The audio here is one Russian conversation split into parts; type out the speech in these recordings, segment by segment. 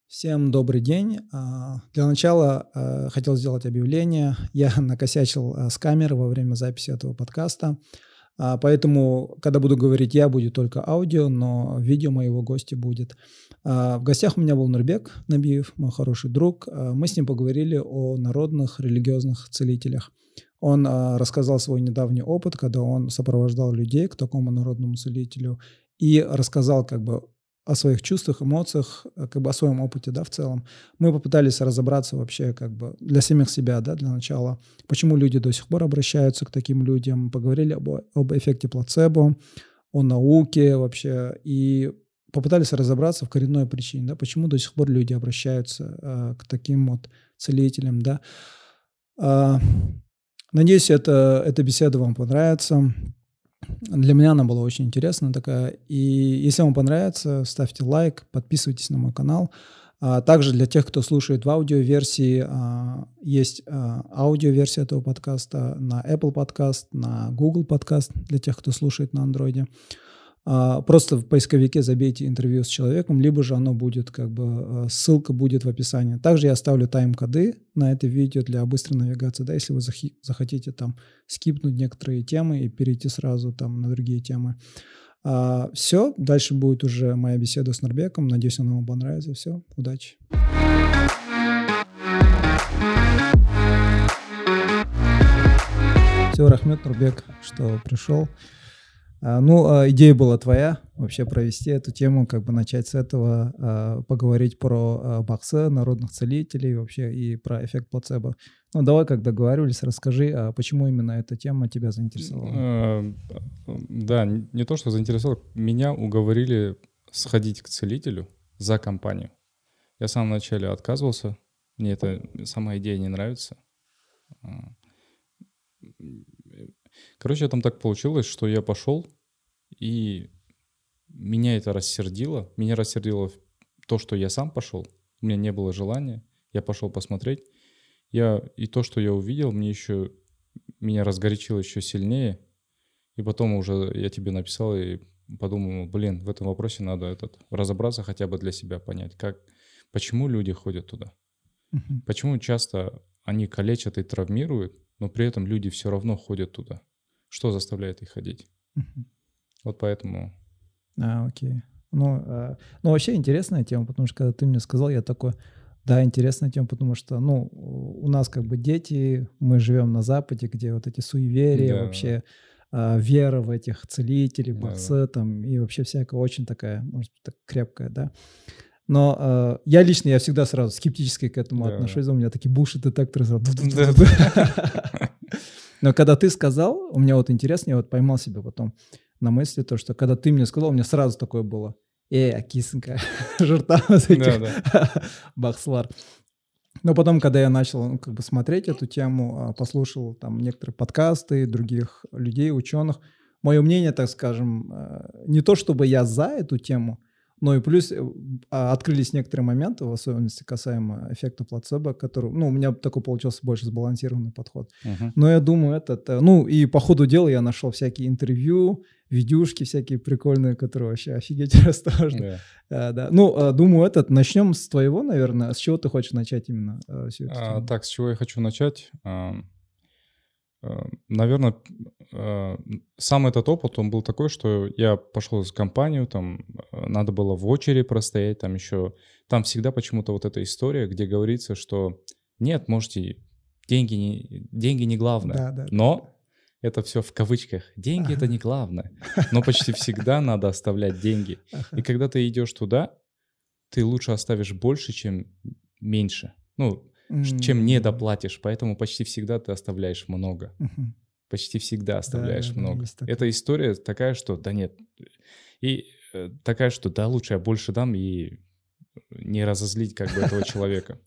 Всем добрый день. Для начала хотел сделать объявление. Я накосячил с камеры во время записи этого подкаста, поэтому, когда буду говорить я, будет только аудио, но видео моего гостя будет. В гостях у меня был Нурбек Набиев, мой хороший друг. Мы с ним поговорили о народных религиозных целителях. Он рассказал свой недавний опыт, когда он сопровождал людей к такому народному целителю, и рассказал о своих чувствах, эмоциях, о своем опыте, в целом. Мы попытались разобраться вообще для самих себя, для начала, почему люди до сих пор обращаются к таким людям. Поговорили об эффекте плацебо, о науке вообще, и попытались разобраться в коренной причине, почему до сих пор люди обращаются к таким вот целителям, Надеюсь, эта беседа вам понравится. Для меня она была очень интересная такая. И если вам понравится, ставьте лайк, подписывайтесь на мой канал. Также для тех, кто слушает в аудиоверсии, есть аудиоверсия этого подкаста на Apple Podcast, на Google Podcast для тех, кто слушает на Android. Просто в поисковике забейте интервью с человеком, либо же оно будет, ссылка будет в описании. Также я оставлю тайм-коды на это видео для быстрой навигации, если вы захотите там скипнуть некоторые темы и перейти сразу там на другие темы. Все, дальше будет уже моя беседа с Нурбеком. Надеюсь, она вам понравится. Все, удачи. Все, рахмет, Нурбек, что пришел. Идея была твоя, вообще провести эту тему, начать с этого, поговорить про бақсы, народных целителей вообще и про эффект плацебо. Давай, как договаривались, расскажи, почему именно эта тема тебя заинтересовала? Да, не то, что заинтересовала, меня уговорили сходить к целителю за компанию. Я в самом начале отказывался, мне эта сама идея не нравится. Короче, там так получилось, что я пошел, и меня это рассердило. Меня рассердило то, что я сам пошел. У меня не было желания. Я пошел посмотреть. И то, что я увидел, меня разгорячило еще сильнее. И потом уже я тебе написал и подумал, в этом вопросе надо разобраться, хотя бы для себя понять, почему люди ходят туда. Почему часто они калечат и травмируют, но при этом люди все равно ходят туда. Что заставляет их ходить? Вот поэтому... Окей. Вообще интересная тема, потому что когда ты мне сказал, я такой, да, интересная тема, потому что, у нас дети, мы живем на Западе, где вот эти суеверия, вообще вера в этих целителей, бақсы там, и вообще всякая очень такая, может быть, так крепкая, да. Но я всегда сразу скептически к этому отношусь. У меня такие буши-детекторы сразу. Но когда ты сказал, у меня интересно, я поймал себя потом на мысли, то, что когда ты мне сказал, у меня сразу такое было. Акисенька, журта бақсылар. Но потом, когда я начал смотреть эту тему, послушал там некоторые подкасты других людей, ученых, мое мнение, так скажем, не то чтобы я за эту тему, но и плюс открылись некоторые моменты, в особенности касаемо эффекта плацебо, который, у меня такой получился больше сбалансированный подход. Но я думаю, и по ходу дела я нашел всякие интервью, видюшки всякие прикольные, которые вообще офигеть расторжены. Думаю, начнем с твоего, наверное. С чего ты хочешь начать именно всю эту тему? С чего я хочу начать? Наверное, сам этот опыт, он был такой, что я пошел в компанию, там надо было в очереди простоять, там всегда почему-то эта история, где говорится, что нет, можете, деньги не главное, но это все в кавычках, деньги это не главное, но почти всегда надо оставлять деньги. И когда ты идешь туда, ты лучше оставишь больше, чем меньше, чем не доплатишь, поэтому почти всегда ты оставляешь много. Почти всегда оставляешь много. Эта история такая, что да нет. И такая, что да, лучше я больше дам и не разозлить этого человека.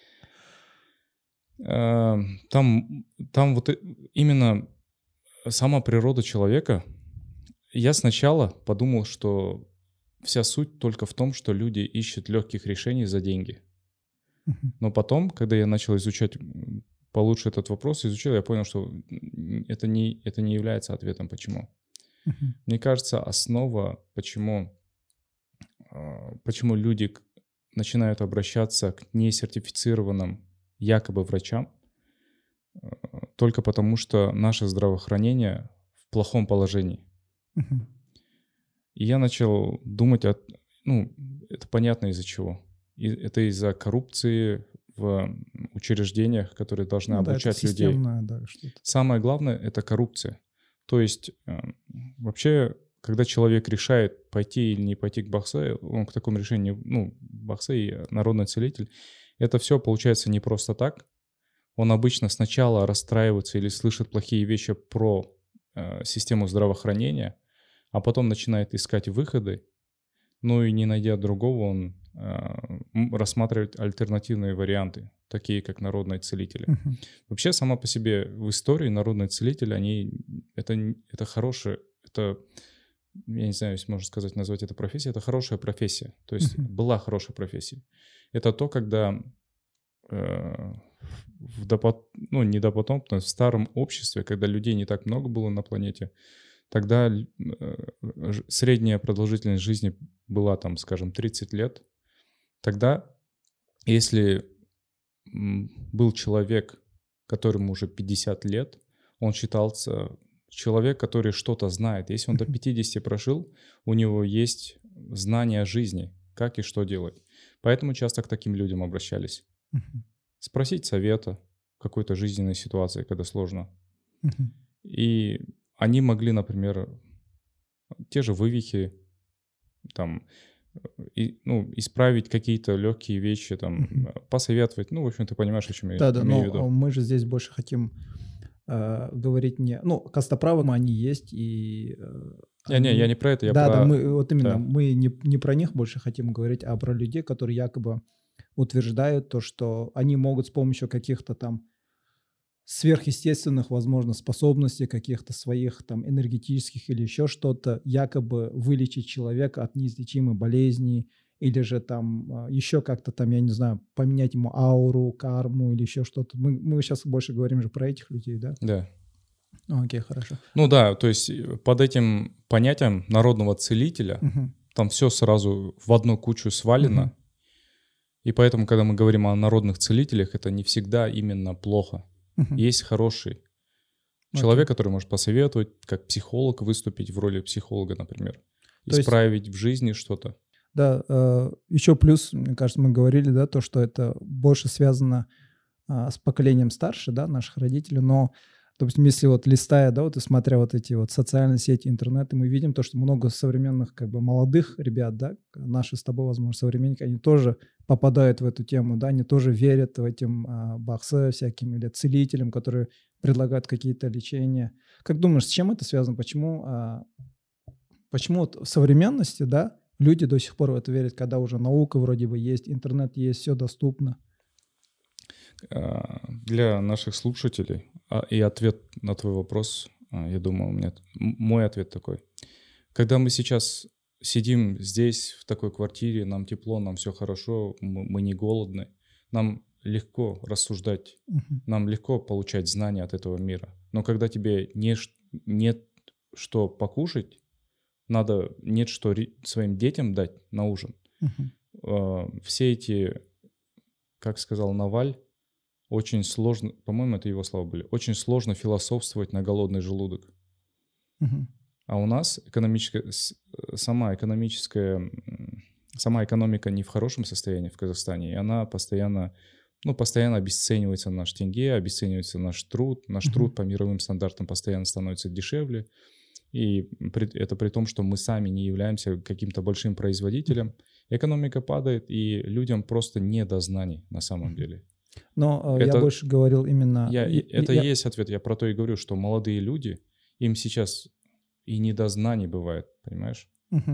Там именно сама природа человека. Я сначала подумал, что вся суть только в том, что люди ищут легких решений за деньги. Но потом, когда я начал изучать получше этот вопрос, я понял, что это не является ответом, почему. Мне кажется, основа, почему люди начинают обращаться к несертифицированным якобы врачам только потому, что наше здравоохранение в плохом положении. И я начал думать, это понятно из-за чего. Это из-за коррупции в учреждениях, которые должны обучать это людей. Да, что-то. Самое главное — это коррупция. То есть вообще, когда человек решает пойти или не пойти к Бахсе, он к такому решению, Бахсе и народный целитель, это все получается не просто так. Он обычно сначала расстраивается или слышит плохие вещи про систему здравоохранения, а потом начинает искать выходы, и не найдя другого, он рассматривает альтернативные варианты, такие как народные целители. Вообще, сама по себе в истории народные целители, это хорошие, я не знаю, если можно сказать, назвать это профессией, это хорошая профессия, то есть была хорошая профессия. Это то, когда в старом обществе, когда людей не так много было на планете, тогда средняя продолжительность жизни была, скажем, 30 лет. Тогда, если был человек, которому уже 50 лет, он считался человек, который что-то знает. Если он до 50 прожил, у него есть знание о жизни, как и что делать. Поэтому часто к таким людям обращались. Спросить совета в какой-то жизненной ситуации, когда сложно. И они могли, например, те же вывихи, исправить какие-то легкие вещи, посоветовать. В общем, ты понимаешь, о чем я имею в виду. Мы же здесь больше хотим говорить не... костоправы они есть, и... Я не про это, мы не про них больше хотим говорить, а про людей, которые якобы утверждают то, что они могут с помощью каких-то сверхъестественных, возможно, способностей, каких-то своих энергетических или еще что-то, якобы вылечить человека от неизлечимой болезни, или же еще как-то я не знаю, поменять ему ауру, карму или еще что-то. Мы сейчас больше говорим же про этих людей, да? Да. Окей, хорошо. То есть под этим понятием народного целителя там все сразу в одну кучу свалено. И поэтому, когда мы говорим о народных целителях, это не всегда именно плохо. Есть хороший человек, который может посоветовать, как психолог выступить в роли психолога, например. Исправить в жизни что-то. Да, еще плюс, мне кажется, мы говорили, да, то, что это больше связано с поколением старше, да, наших родителей, но, допустим, если листая, да, и смотря эти социальные сети, интернет, мы видим то, что много современных, молодых ребят, да, наши с тобой, возможно, современники, они тоже попадают в эту тему, да, они тоже верят в этим бахсе всяким или целителям, которые предлагают какие-то лечения. Как думаешь, с чем это связано? Почему в современности, да, люди до сих пор в это верят, когда уже наука вроде бы есть, интернет есть, все доступно? Для наших слушателей и ответ на твой вопрос, я думаю, мой ответ такой. Когда мы сейчас сидим здесь, в такой квартире, нам тепло, нам все хорошо, мы не голодны, нам легко рассуждать, нам легко получать знания от этого мира. Но когда тебе нет что покушать, нет что своим детям дать на ужин, все эти, как сказал Наваль, очень сложно, по-моему, это его слова были, очень сложно философствовать на голодный желудок. А у нас сама экономика не в хорошем состоянии в Казахстане, и она постоянно обесценивается наш тенге, обесценивается наш труд. Наш труд по мировым стандартам постоянно становится дешевле. И это при том, что мы сами не являемся каким-то большим производителем. Экономика падает, и людям просто не до знаний на самом деле. Но я больше говорил именно... Есть ответ. Я про то и говорю, что молодые люди, им сейчас и не до знаний бывает, понимаешь?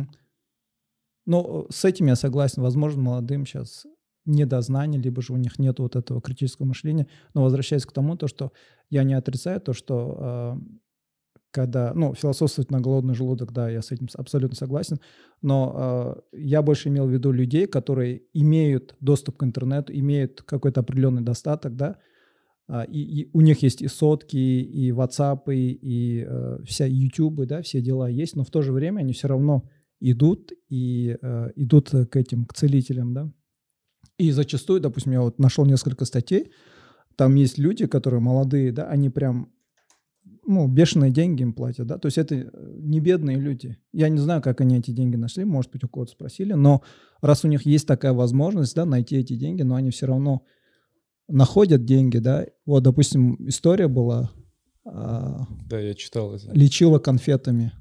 С этим я согласен. Возможно, молодым сейчас не до знаний, либо же у них нет этого критического мышления. Но возвращаясь к тому, то, что я не отрицаю то, что когда, философствовать на голодный желудок, да, я с этим абсолютно согласен, но я больше имел в виду людей, которые имеют доступ к интернету, имеют какой-то определенный достаток, да, и у них есть и сотки, и WhatsApp, и вся YouTube, да, все дела есть, но в то же время они все равно идут к целителям, да. И зачастую, допустим, я вот нашел несколько статей, там есть люди, которые молодые, да, они прям, бешеные деньги им платят, да, то есть это не бедные люди. Я не знаю, как они эти деньги нашли, может быть, у кого-то спросили, но раз у них есть такая возможность, да, найти эти деньги, но они все равно находят деньги, да. Вот, допустим, история была. Да, я читал это. Лечила конфетами.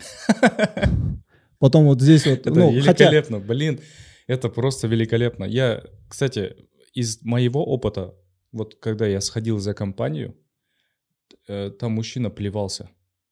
Потом вот здесь вот... Это великолепно, блин, это просто великолепно. Я, кстати, из моего опыта, вот когда я сходил за компанию, там мужчина плевался.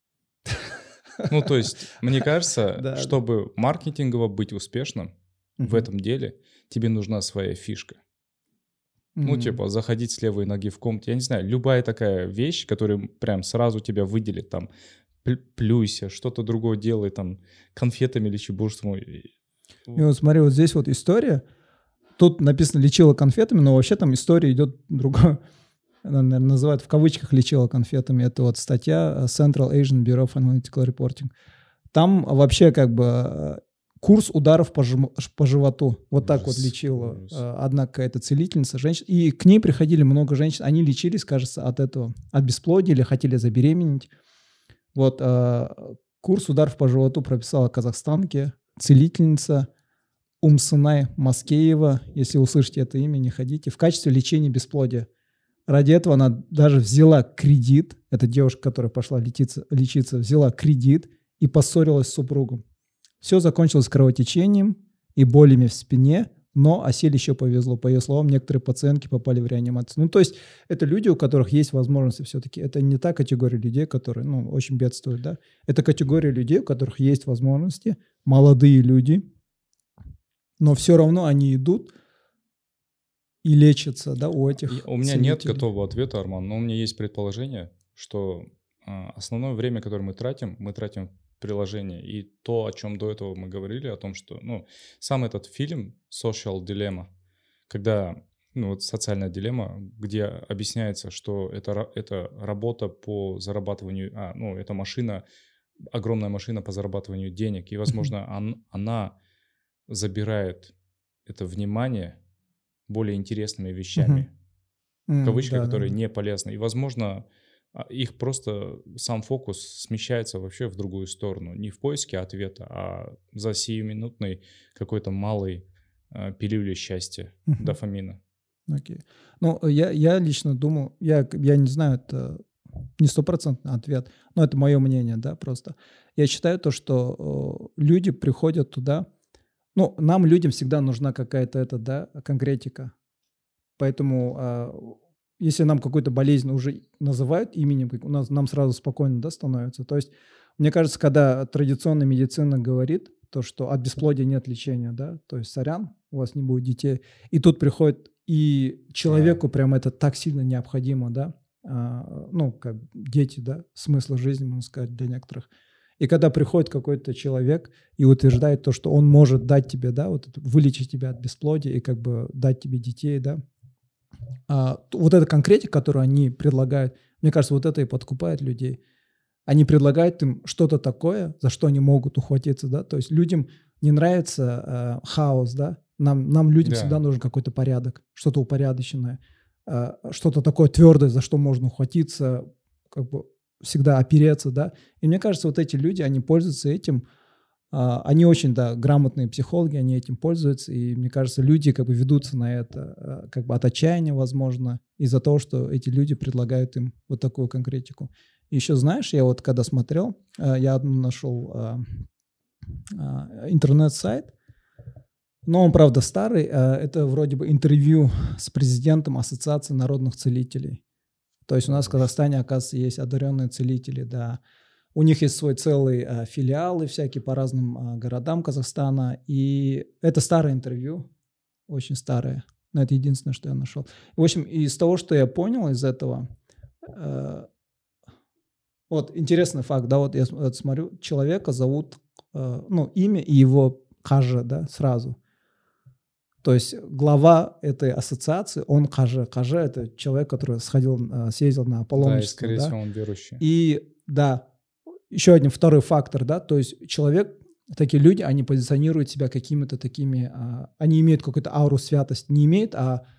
Ну, то есть, мне кажется, чтобы маркетингово быть успешным в этом деле, тебе нужна своя фишка. Ну, типа, заходить с левой ноги в комнату. Я не знаю, любая такая вещь, которая прям сразу тебя выделит, там, плюйся, что-то другое делай, там, конфетами лечи, боже мой. И вот смотри, вот здесь вот история. Тут написано «лечила конфетами», но вообще там история идет другая. Она, наверное, называют в кавычках «лечила конфетами». Это вот статья Central Asian Bureau of Analytical Reporting. Там вообще как бы курс ударов по животу. Вот так вот лечила одна какая-то целительница, женщина. И к ней приходили много женщин. Они лечились, кажется, от этого, от бесплодия или хотели забеременеть. Вот курс ударов по животу прописала казахстанке целительница Умсынай Маскеева. Если услышите это имя, не ходите. В качестве лечения бесплодия. Ради этого она даже взяла кредит. Эта девушка, которая пошла лечиться, взяла кредит и поссорилась с супругом. Все закончилось кровотечением и болями в спине, но Асель еще повезло. По ее словам, некоторые пациентки попали в реанимацию. Ну, то есть это люди, у которых есть возможности все-таки. Это не та категория людей, которые, очень бедствуют, да. Это категория людей, у которых есть возможности, молодые люди, но все равно они идут и лечатся, да, у этих У меня нет готового ответа, Арман, но у меня есть предположение, что основное время, которое мы тратим в приложении. И то, о чем до этого мы говорили, о том, что, сам этот фильм «Social Dilemma», когда, социальная дилемма, где объясняется, что это работа по зарабатыванию, это машина, огромная машина по зарабатыванию денег, и, возможно, она забирает это внимание более интересными вещами, в кавычках, которые не полезны. И, возможно, их просто сам фокус смещается вообще в другую сторону. Не в поиске ответа, а за сиюминутной какой-то малой пилюлей счастья, дофамина. Окей. Я лично думал, я не знаю, это не стопроцентный ответ, но это мое мнение, да, просто. Я считаю то, что люди приходят туда, нам, людям, всегда нужна какая-то конкретика. Поэтому если нам какую-то болезнь уже называют именем, нам сразу спокойно, да, становится. То есть, мне кажется, когда традиционная медицина говорит, то, что от бесплодия нет лечения, да, то есть, сорян, у вас не будет детей. И тут приходит, и человеку прям это так сильно необходимо, да, как дети, да, смысл жизни, можно сказать, для некоторых. И когда приходит какой-то человек и утверждает то, что он может дать тебе, да, вылечить тебя от бесплодия и как бы дать тебе детей, да, вот эта конкретика, которую они предлагают, мне кажется, вот это и подкупает людей. Они предлагают им что-то такое, за что они могут ухватиться, да, то есть людям не нравится хаос, да, нам людям всегда нужен какой-то порядок, что-то упорядоченное, что-то такое твердое, за что можно ухватиться, как бы всегда опереться, да, и мне кажется, вот эти люди, они пользуются этим. Они очень, да, грамотные психологи, они этим пользуются, и мне кажется, люди как бы ведутся на это как бы от отчаяния, возможно, из-за того, что эти люди предлагают им вот такую конкретику. И еще, знаешь, я вот когда смотрел, я нашел интернет-сайт, но он, правда, старый, это вроде бы интервью с президентом Ассоциации народных целителей. То есть у нас в Казахстане, оказывается, есть одаренные целители, да. У них есть свой целый филиалы всякие по разным городам Казахстана. И это старое интервью, очень старое. Но это единственное, что я нашел. В общем, из того, что я понял из этого, вот интересный факт, да, вот я смотрю, человека зовут, имя и его Кажы, да, сразу. То есть глава этой ассоциации, он Кажы. Кажы – это человек, который съездил на паломничество. Да, и, скорее всего, он верующий. И, да, еще один второй фактор, да, то есть человек такие люди, они позиционируют себя какими-то такими, они имеют какую-то ауру святости, не имеют,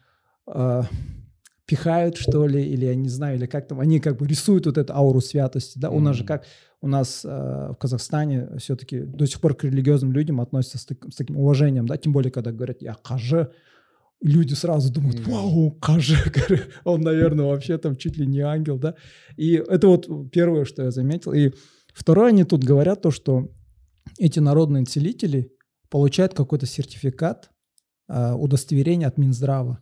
пихают, что ли, или я не знаю, или как там, они как бы рисуют вот эту ауру святости, да, у нас же как, у нас в Казахстане все-таки до сих пор к религиозным людям относятся с таким уважением, да, тем более, когда говорят «я кажы», люди сразу думают «вау, кажи», он, наверное, вообще там чуть ли не ангел, да, и это вот первое, что я заметил, и второе, они тут говорят то, что эти народные целители получают какой-то сертификат, удостоверение от Минздрава.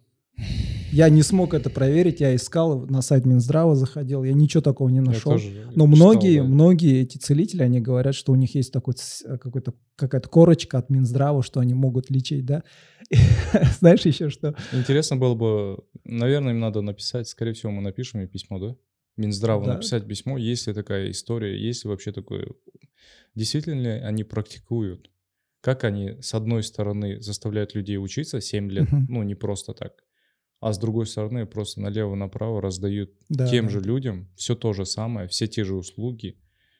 Я не смог это проверить, я искал, на сайт Минздрава заходил, я ничего такого не нашел. Но многие эти целители, они говорят, что у них есть какая-то корочка от Минздрава, что они могут лечить, да. Знаешь еще что? Интересно было бы, наверное, им надо написать, скорее всего, мы напишем им письмо, да? Минздраву написать письмо, есть ли такая история, есть ли вообще такое, действительно ли они практикуют, как они, с одной стороны, заставляют людей учиться 7 лет, ну, не просто так, а с другой стороны, просто налево-направо раздают тем же людям все то же самое, все те же услуги.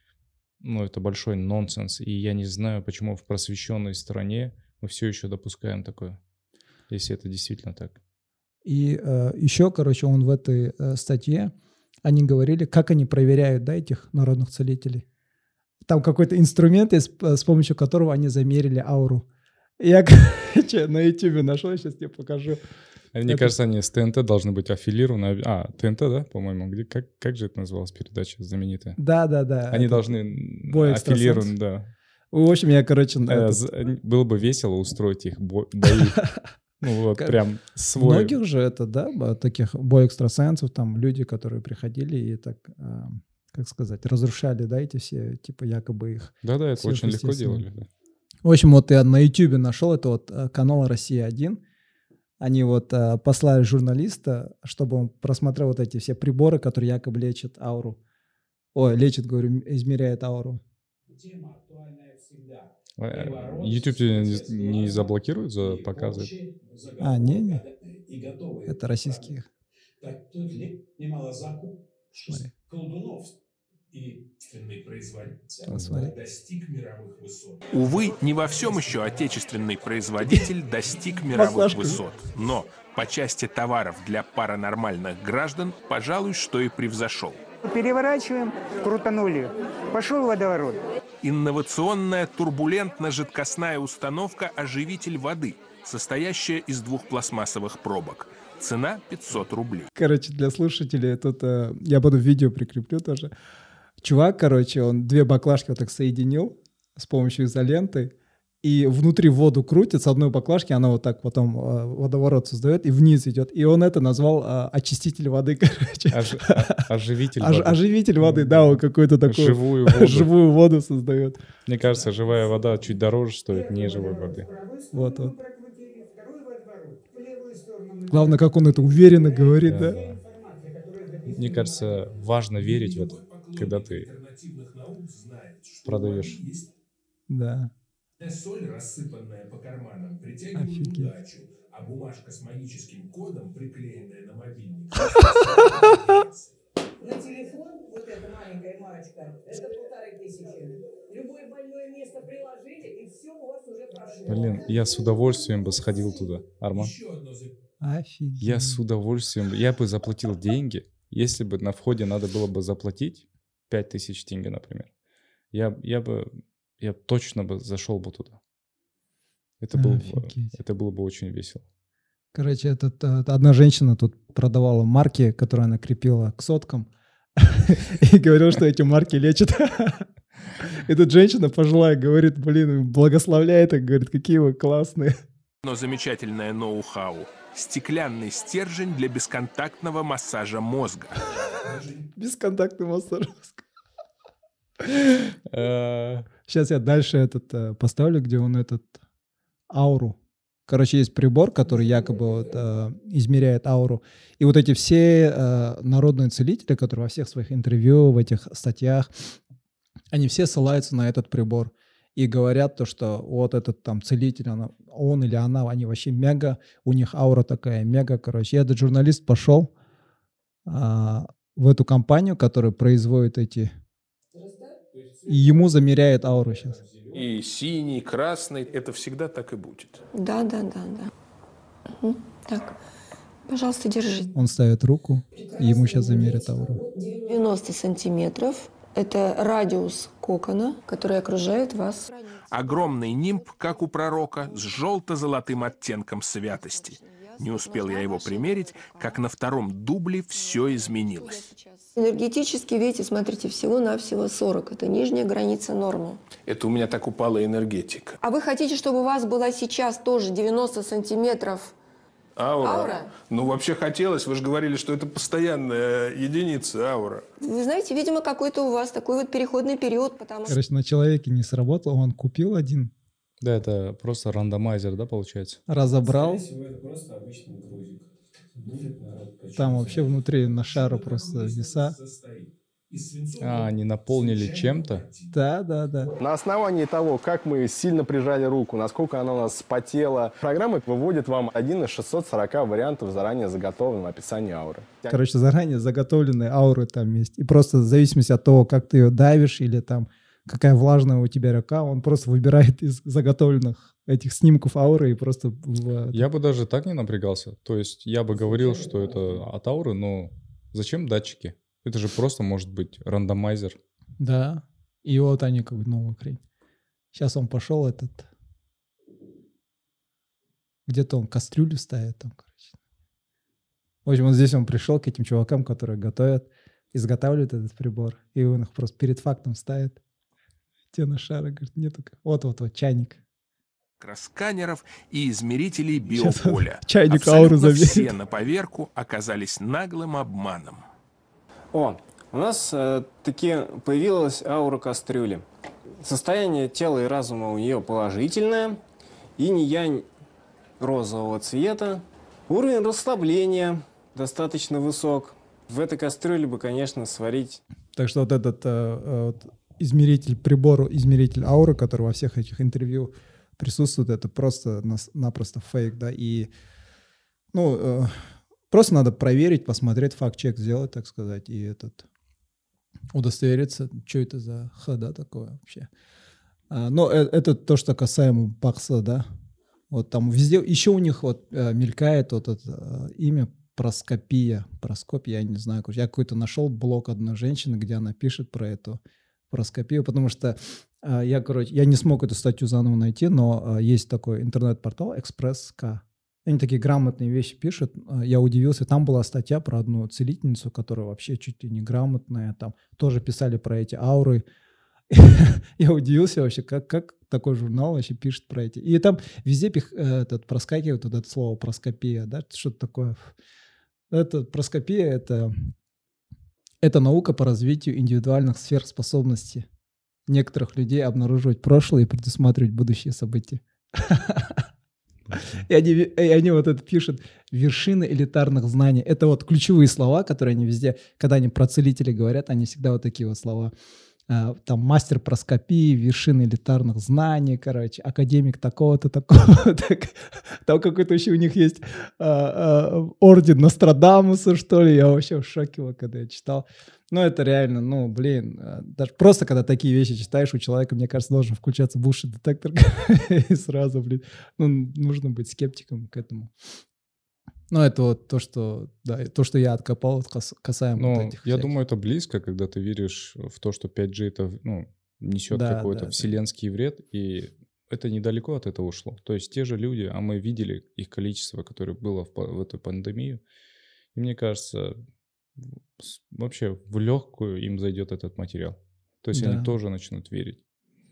Ну, это большой нонсенс, и я не знаю, почему в просвещенной стране мы все еще допускаем такое, если это действительно так. И еще, короче, он в этой статье, они говорили, как они проверяют, да, этих народных целителей. Там какой-то инструмент есть, с помощью которого они замерили ауру. Я, короче, на YouTube нашел, сейчас тебе покажу. Мне кажется, они с ТНТ должны быть аффилированы. ТНТ, да, по-моему? Как же это называлась передача знаменитая? Да. Они должны аффилированы, да. В общем, я, короче... Было бы весело устроить их бои. Ну вот, прям свой. Многих же это, да, таких бой-экстрасенсов, там люди, которые приходили и так, как сказать, разрушали, да, эти все, типа, якобы их... Да, это очень легко делали, да. В общем, вот я на YouTube нашел, это вот канал «Россия-1». Они вот послали журналиста, чтобы он просмотрел вот эти все приборы, которые якобы лечат ауру. Лечат, говорю, измеряет ауру. Тема актуальная всегда. YouTube не заблокирует за показы? Не. Это российские. Так тут немало закупок колдунов и производитель достиг мировых высот. Увы, не во всем еще отечественный производитель достиг мировых высот. Но по части товаров для паранормальных граждан, пожалуй, что и превзошел. Переворачиваем, крутанули. Пошел водоворот. Инновационная турбулентно-жидкостная установка «Оживитель воды», состоящая из 2 пластмассовых пробок. Цена 500 рублей. Короче, для слушателей, тут я буду видео прикреплю тоже. Чувак, короче, он 2 баклажки вот так соединил с помощью изоленты, и внутри воду крутит с одной баклажки, она вот так потом водоворот создает и вниз идет. И он это назвал очиститель воды, короче. Оживитель воды. Оживитель воды, да, он какую-то такую живую воду создает. Мне кажется, живая вода чуть дороже стоит, не живой воды. Вот. Главное, как он это уверенно говорит, да? Мне кажется, важно верить в это, когда ты продаешь. Да. Соль, рассыпанная по карманам, притягивает удачу, а бумажка с магическим кодом, приклеенная на мобильник, на телефон, вот эта маленькая марочка, это 1500. Любое больное место приложили, и все у вас уже прошло. Блин, я с удовольствием бы сходил туда, Арман. Офигеть. Я с удовольствием, я бы заплатил деньги, если бы на входе надо было бы заплатить 5000 тенге, например. Я точно бы зашел бы туда. Это было бы очень весело. Короче, одна женщина тут продавала марки, которые она крепила к соткам, и говорила, что эти марки лечат. И тут женщина пожилая говорит, благословляет их, говорит, какие вы классные. Но замечательное ноу-хау. Стеклянный стержень для бесконтактного массажа мозга. Бесконтактный массаж мозга. Сейчас я дальше поставлю, где он ауру. Короче, есть прибор, который якобы измеряет ауру. И вот эти все народные целители, которые во всех своих интервью, в этих статьях, они все ссылаются на этот прибор. И говорят то, что вот этот там целитель, он или она, они вообще мега, у них аура такая мега, короче. Я, этот журналист, пошел в эту компанию, которая производит эти... И ему замеряет ауру сейчас. И синий, красный, это всегда так и будет. Да. Так, пожалуйста, держи. Он ставит руку, и ему сейчас замерят ауру. 90 сантиметров. Это радиус кокона, который окружает вас. Огромный нимб, как у пророка, с желто-золотым оттенком святости. Не успел я его примерить, как на втором дубле все изменилось. Энергетически, видите, смотрите, всего-навсего 40. Это нижняя граница нормы. Это у меня так упала энергетика. А вы хотите, чтобы у вас была сейчас тоже 90 сантиметров аура? Ну, вообще хотелось. Вы же говорили, что это постоянная единица аура. Вы знаете, видимо, какой-то у вас такой вот переходный период, потому что... Короче, на человеке не сработало, он купил один, Да, это просто рандомайзер, да, получается? разобрал, Это просто обычный грузик. там вообще внутри на шару просто веса. А, они наполнили чем-то? Да. На основании того, как мы сильно прижали руку, насколько она у нас спотела, программа выводит вам один из 640 вариантов заранее заготовленного описания ауры. Короче, заранее заготовленные ауры там есть. И просто в зависимости от того, как ты ее давишь или там какая влажная у тебя рука, он просто выбирает из заготовленных этих снимков ауры и просто... Я бы даже так не напрягался. То есть я бы говорил, что это от ауры, но зачем датчики? Это же просто может быть рандомайзер. Да. И вот они как бы новая хрень. Сейчас он пошел этот... Где-то он кастрюлю ставит там, короче. В общем, вот здесь он пришел к этим чувакам, которые готовят, изготавливают этот прибор. И он их просто перед фактом ставит. Те на шары, говорит, нету. Вот, чайник. Сканеров и измерителей Сейчас биополя. чайник ауру Абсолютно замерит. все на поверку оказались наглым обманом. У нас таки появилась аура кастрюли. Состояние тела и разума у нее положительное, инь-янь розового цвета. Уровень расслабления достаточно высок. В этой кастрюле бы, конечно, сварить... Так что вот этот измеритель ауры, который во всех этих интервью присутствует, это просто-напросто фейк, да, и, просто надо проверить, посмотреть, факт-чек сделать, так сказать, и удостовериться, что это за да, такое вообще. Но это то, что касаемо бакса, да, вот там везде, еще у них мелькает вот это имя Проскопия, я не знаю, я какой-то нашел блог одной женщины, где она пишет про эту проскопию, потому что я не смог эту статью заново найти, но есть такой интернет-портал Экспресс.к. Они такие грамотные вещи пишут. Я удивился. Там была статья про одну целительницу, которая вообще чуть ли не грамотная. Там тоже писали про эти ауры. Я удивился вообще, как такой журнал вообще пишет про эти. И там везде проскакивает вот это слово проскопия. Да? Что-то такое. Проскопия — это наука по развитию индивидуальных сфер способностей некоторых людей обнаруживать прошлое и предусматривать будущие события. И они вот это пишут. Вершины элитарных знаний. Это вот ключевые слова, которые они везде, когда они про целителей говорят, они всегда вот такие вот слова. Там мастер проскопии, вершины элитарных знаний, короче, академик такого-то, такого-то. Там какой-то еще у них есть орден Нострадамуса, что ли. Я вообще в шоке был, когда я читал. Это реально, даже просто когда такие вещи читаешь, у человека, мне кажется, должен включаться bullshit-детектор. И сразу, нужно быть скептиком к этому. Это вот то, что я откопал касаемо вот этих. Я думаю, это близко, когда ты веришь в то, что 5G это, несет какой-то вселенский вред, и это недалеко от этого ушло. То есть те же люди, а мы видели их количество, которое было в эту пандемию, и мне кажется, вообще в легкую им зайдет этот материал. То есть они тоже начнут верить.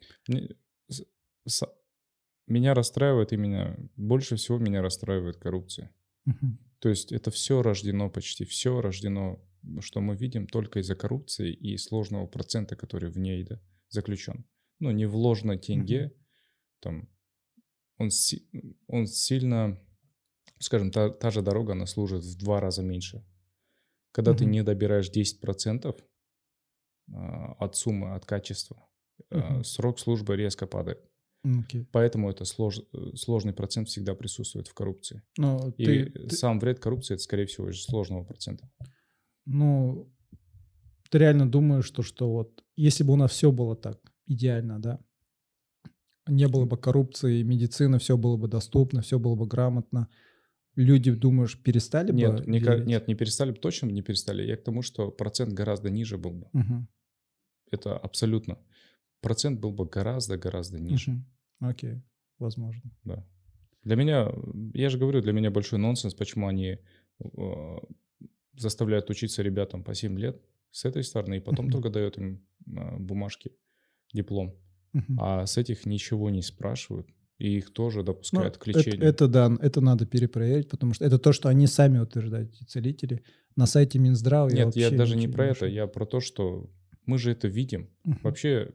Меня расстраивает больше всего меня расстраивает коррупция. То есть это почти все рождено, что мы видим, только из-за коррупции и сложного процента, который в ней заключен. Не в ложной тенге, там, он сильно, скажем, та же дорога, она служит в 2 раза меньше. Когда ты не добираешь 10% от суммы, от качества, срок службы резко падает. Поэтому это сложный процент всегда присутствует в коррупции. Сам вред коррупции — это, скорее всего, из сложного процента. Ты реально думаешь, что вот если бы у нас все было так идеально, да, не было бы коррупции, медицины, все было бы доступно, все было бы грамотно, люди, думаешь, перестали бы верить? Нет, не перестали бы, точно не перестали. Я к тому, что процент гораздо ниже был бы. Угу. Это абсолютно. Процент был бы гораздо ниже. Окей, возможно. Да. Для меня, я же говорю, для меня большой нонсенс, почему они заставляют учиться ребятам по 7 лет с этой стороны, и потом только дают им бумажки, диплом. А с этих ничего не спрашивают, и их тоже допускают к лечению. Это да, это надо перепроверить, потому что это то, что они сами утверждают, эти целители. На сайте Минздрава Нет, я даже не про это, я про то, что мы же это видим. Вообще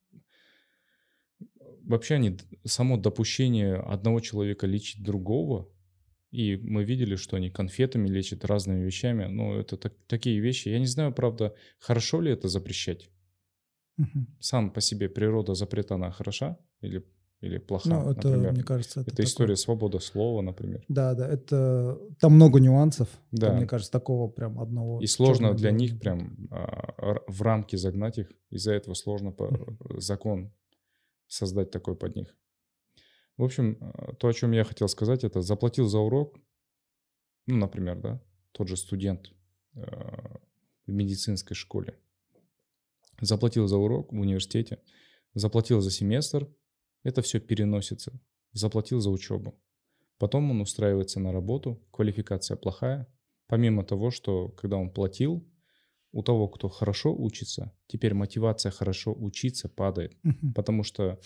само допущение одного человека лечить другого, и мы видели, что они конфетами лечат, разными вещами, но это такие вещи. Я не знаю, правда, хорошо ли это запрещать. Сам по себе природа запрета, она хороша или плоха, ну, это, например. Мне кажется, это история свободы слова, например. Да, там много нюансов. Да. Там, мне кажется, такого прям одного. И сложно для них прям в рамки загнать их. Из-за этого сложно закон создать такой под них. В общем, то, о чем я хотел сказать, это заплатил за урок, ну, например, да, тот же студент в медицинской школе. Заплатил за урок в университете, заплатил за семестр, это все переносится. Заплатил за учебу. Потом он устраивается на работу, квалификация плохая. Помимо того, что когда он платил, у того, кто хорошо учится, теперь мотивация хорошо учиться падает. Потому что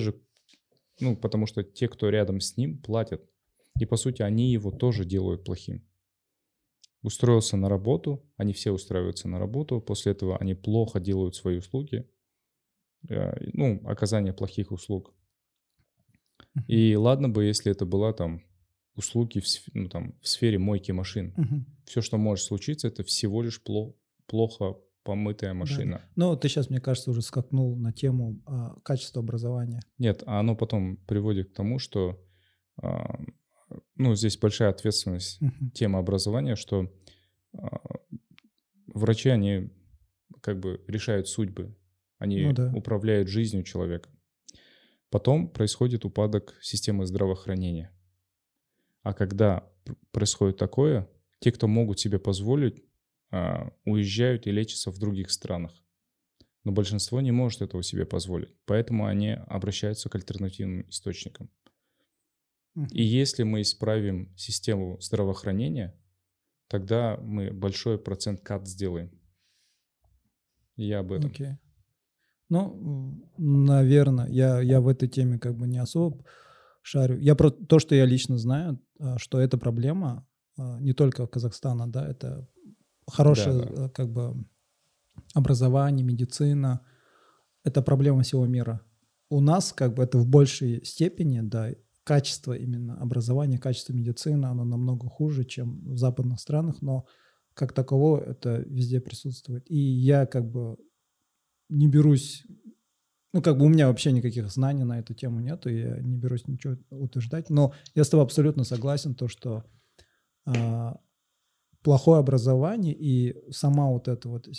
те, кто рядом с ним, платят. И, по сути, они его тоже делают плохим. Устроился на работу, они все устраиваются на работу, после этого они плохо делают свои услуги, оказание плохих услуг. И ладно бы, если это была там услуги в сфере мойки машин. Все, что может случиться, это всего лишь плохо помытая машина. Да. Ну, ты сейчас, мне кажется, уже скакнул на тему качества образования. Нет, оно потом приводит к тому, что здесь большая ответственность тема образования, что врачи, они как бы решают судьбы, они управляют жизнью человека. Потом происходит упадок системы здравоохранения. А когда происходит такое, те, кто могут себе позволить, уезжают и лечатся в других странах. Но большинство не может этого себе позволить. Поэтому они обращаются к альтернативным источникам. И если мы исправим систему здравоохранения, тогда мы большой процент кат сделаем. Я об этом. Okay. Наверное, я в этой теме как бы не особо шарю. Я про то, что я лично знаю, что эта проблема не только Казахстана, да, это хорошее как бы образование, медицина, это проблема всего мира. У нас как бы это в большей степени, да, качество именно образования, качество медицины, оно намного хуже, чем в западных странах, но как таково это везде присутствует. И я как бы не берусь, у меня вообще никаких знаний на эту тему нету, я не берусь ничего утверждать, но я с тобой абсолютно согласен, то, что плохое образование и сама вот это вот,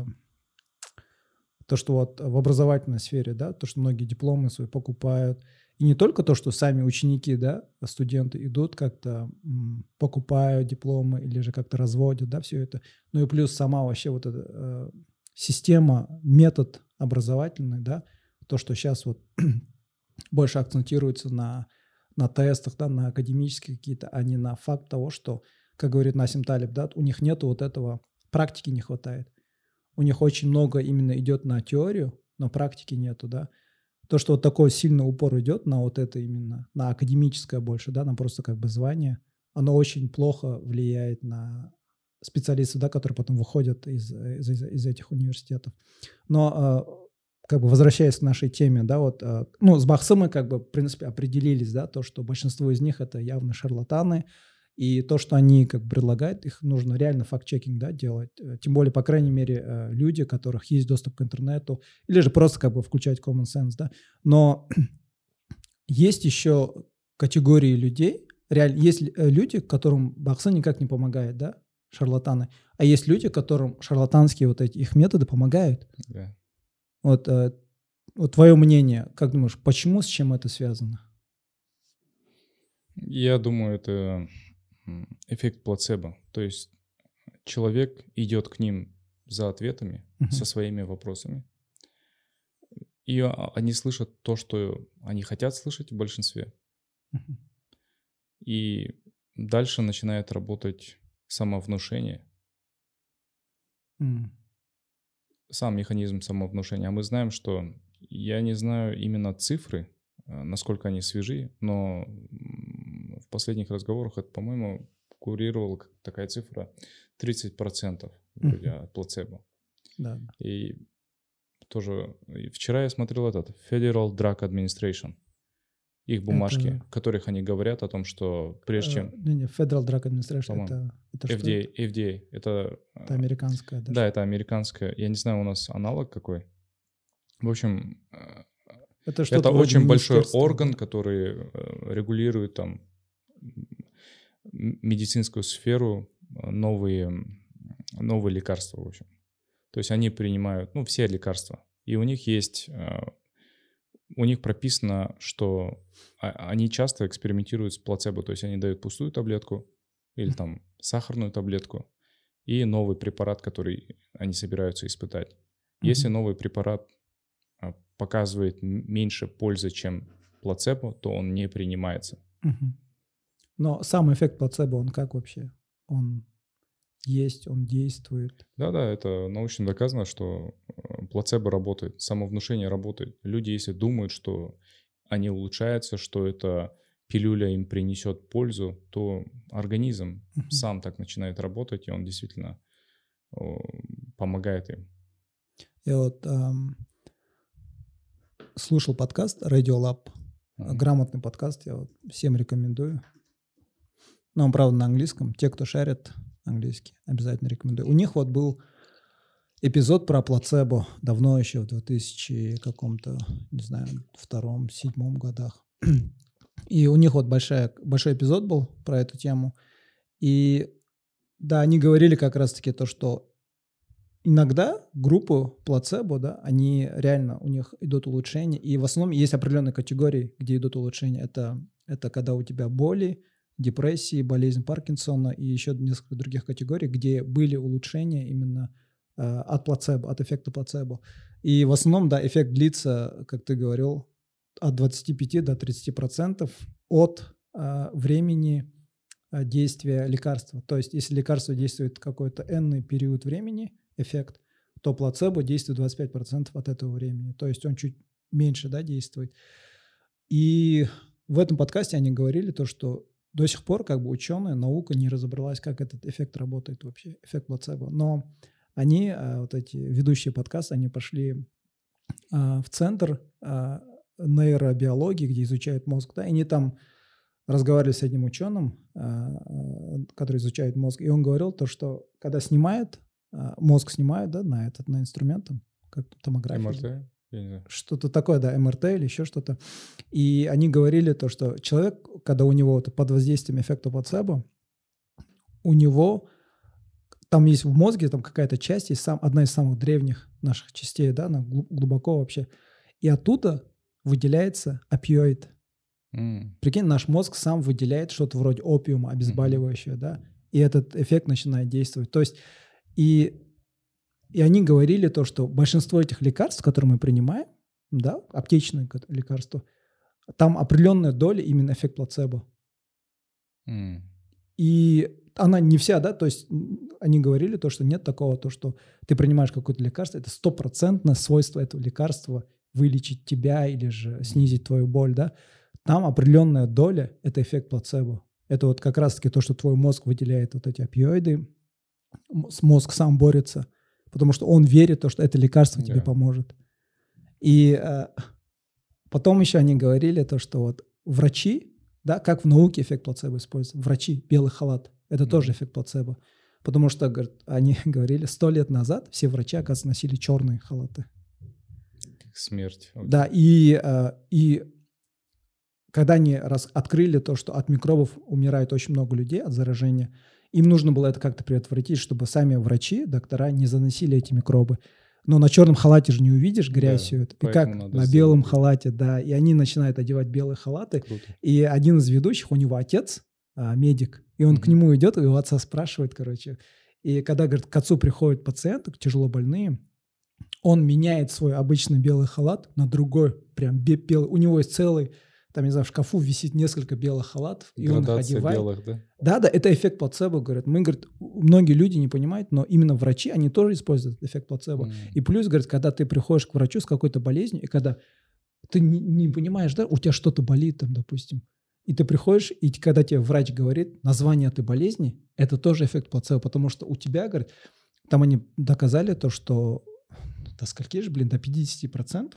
то, что вот в образовательной сфере, да, то, что многие дипломы свои покупают, и не только то, что сами ученики, да, студенты идут как-то покупают дипломы или же как-то разводят, да, все это, но и плюс сама вообще вот эта система, метод образовательный, да, то, что сейчас вот больше акцентируется на тестах, да, на академические какие-то, а не на факт того, что, как говорит Насим Талиб, да, у них нету вот этого, практики не хватает. У них очень много именно идет на теорию, но практики нету, да. То, что вот такой сильный упор идет на вот это именно, на академическое больше, да, на просто как бы звание, оно очень плохо влияет на специалистов, да, которые потом выходят из этих университетов. Но как бы возвращаясь к нашей теме, да, вот, с Бахсы мы как бы, в принципе, определились, да, то, что большинство из них это явно шарлатаны, и то, что они как бы предлагают, их нужно реально факт-чекинг, да, делать. Тем более, по крайней мере, люди, у которых есть доступ к интернету, или же просто как бы включать common sense, да. Но есть еще категории людей, реально есть люди, которым Бахсы никак не помогает, да, шарлатаны. А есть люди, которым шарлатанские вот эти их методы помогают. Да. Вот твое мнение, как думаешь, почему, с чем это связано? Я думаю, это эффект плацебо. То есть человек идет к ним за ответами, со своими вопросами. И они слышат то, что они хотят слышать в большинстве. И дальше начинает работать самовнушение. Сам механизм самовнушения. А мы знаем, что я не знаю именно цифры, насколько они свежи, но в последних разговорах это, по-моему, курировала такая цифра 30% вроде от плацебо. Да. И тоже вчера я смотрел этот Federal Drug Administration, их бумажки, в которых они говорят о том, что прежде чем... Federal Drug Administration, это FDA, это американская, да? Да, это американская. Я не знаю, у нас аналог какой. В общем, это очень большой орган, который регулирует там медицинскую сферу, новые лекарства, в общем. То есть они принимают, все лекарства. И у них прописано, что они часто экспериментируют с плацебо. То есть они дают пустую таблетку или там сахарную таблетку и новый препарат, который они собираются испытать. Если новый препарат показывает меньше пользы, чем плацебо, то он не принимается. Но сам эффект плацебо, он как вообще? Он есть, он действует? Да, это научно доказано, что плацебо работает, самовнушение работает. Люди, если думают, что они улучшаются, что эта пилюля им принесет пользу, то организм сам так начинает работать, и он действительно помогает им. Я вот слушал подкаст Radio Lab, грамотный подкаст, я всем рекомендую. Но он, правда, на английском. Те, кто шарит английский, обязательно рекомендую. У них вот был эпизод про плацебо давно еще, в 2000 каком-то, не знаю, 2002-2007 годах. И у них вот большой эпизод был про эту тему. И да, они говорили как раз-таки то, что иногда группы плацебо, да, они реально, у них идут улучшения. И в основном есть определенные категории, где идут улучшения. Это когда у тебя боли, депрессии, болезнь Паркинсона и еще несколько других категорий, где были улучшения именно от плацебо, от эффекта плацебо. И в основном, да, эффект длится, как ты говорил, от 25 до 30% от времени действия лекарства. То есть, если лекарство действует какой-то энный период времени, эффект, то плацебо действует 25% от этого времени. То есть, он чуть меньше, да, действует. И в этом подкасте они говорили то, что до сих пор как бы ученые, наука не разобралась, как этот эффект работает вообще, эффект плацебо. Но они, вот эти ведущие подкаста, они пошли в центр нейробиологии, где изучают мозг, да, и они там разговаривали с одним ученым, который изучает мозг, и он говорил то, что когда мозг снимают, да, на инструмент, как томография. МРТ? Что-то такое, да, МРТ или еще что-то. И они говорили то, что человек, когда у него под воздействием эффекта плацебо, у него там есть в мозге там какая-то часть, есть одна из самых древних наших частей, да, она глубоко вообще, и оттуда выделяется опиоид. Прикинь, наш мозг сам выделяет что-то вроде опиума, обезболивающего, да, и этот эффект начинает действовать. То есть, и они говорили то, что большинство этих лекарств, которые мы принимаем, да, аптечные лекарства, там определенная доля именно эффект плацебо. И она не вся, да, то есть они говорили то, что нет такого, то, что ты принимаешь какое-то лекарство, это 100% свойство этого лекарства вылечить тебя или же снизить твою боль, да. Там определенная доля – это эффект плацебо. Это вот как раз-таки то, что твой мозг выделяет вот эти опиоиды, мозг сам борется, потому что он верит, то, что это лекарство тебе поможет. И потом еще они говорили то, что вот врачи, да, как в науке эффект плацебо используется, врачи, белый халат, это тоже эффект плацебо. Потому что, они говорили, 100 лет назад все врачи, оказывается, носили черные халаты. Смерть. Да, и когда они открыли то, что от микробов умирает очень много людей от заражения, Им нужно было это как-то предотвратить, чтобы сами врачи, доктора не заносили эти микробы. Но на черном халате же не увидишь грязь всю эту. И как на белом халате, да. И они начинают одевать белые халаты. Круто. И один из ведущих, у него отец, медик, и он к нему идет, и его отца спрашивает, короче. И когда, говорит, к отцу приходят пациенты, тяжело больные, он меняет свой обычный белый халат на другой, прям белый. У него есть целый, там, не знаю, в шкафу висит несколько белых халатов, и он их одевает. Белых, да? Да, это эффект плацебо, говорят. Мы, говорят, многие люди не понимают, но именно врачи, они тоже используют эффект плацебо. И плюс, говорят, когда ты приходишь к врачу с какой-то болезнью, и когда ты не понимаешь, да, у тебя что-то болит там, допустим, и ты приходишь, и когда тебе врач говорит название этой болезни, это тоже эффект плацебо, потому что у тебя, говорят, там они доказали то, что до скольки же, до 50%,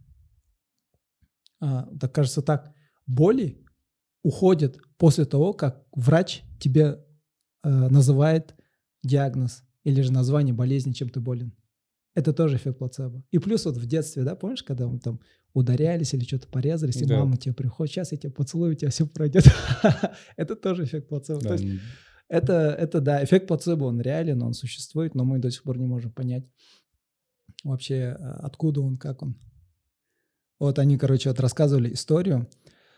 так кажется так, боли уходят после того, как врач тебе называет диагноз или же название болезни, чем ты болен. Это тоже эффект плацебо. И плюс вот в детстве, да, помнишь, когда мы там ударялись или что-то порезались, и мама тебе приходит, сейчас я тебя поцелую, у тебя все пройдет. Это тоже эффект плацебо. То есть это, да, эффект плацебо, он реален, он существует, но мы до сих пор не можем понять вообще, откуда он, как он. Вот они, короче, вот рассказывали историю.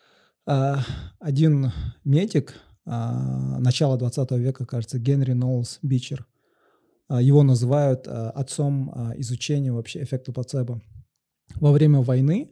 Один медик начала 20 века, кажется, Генри Ноулс Бичер, его называют отцом изучения вообще эффекта плацебо. Во время войны,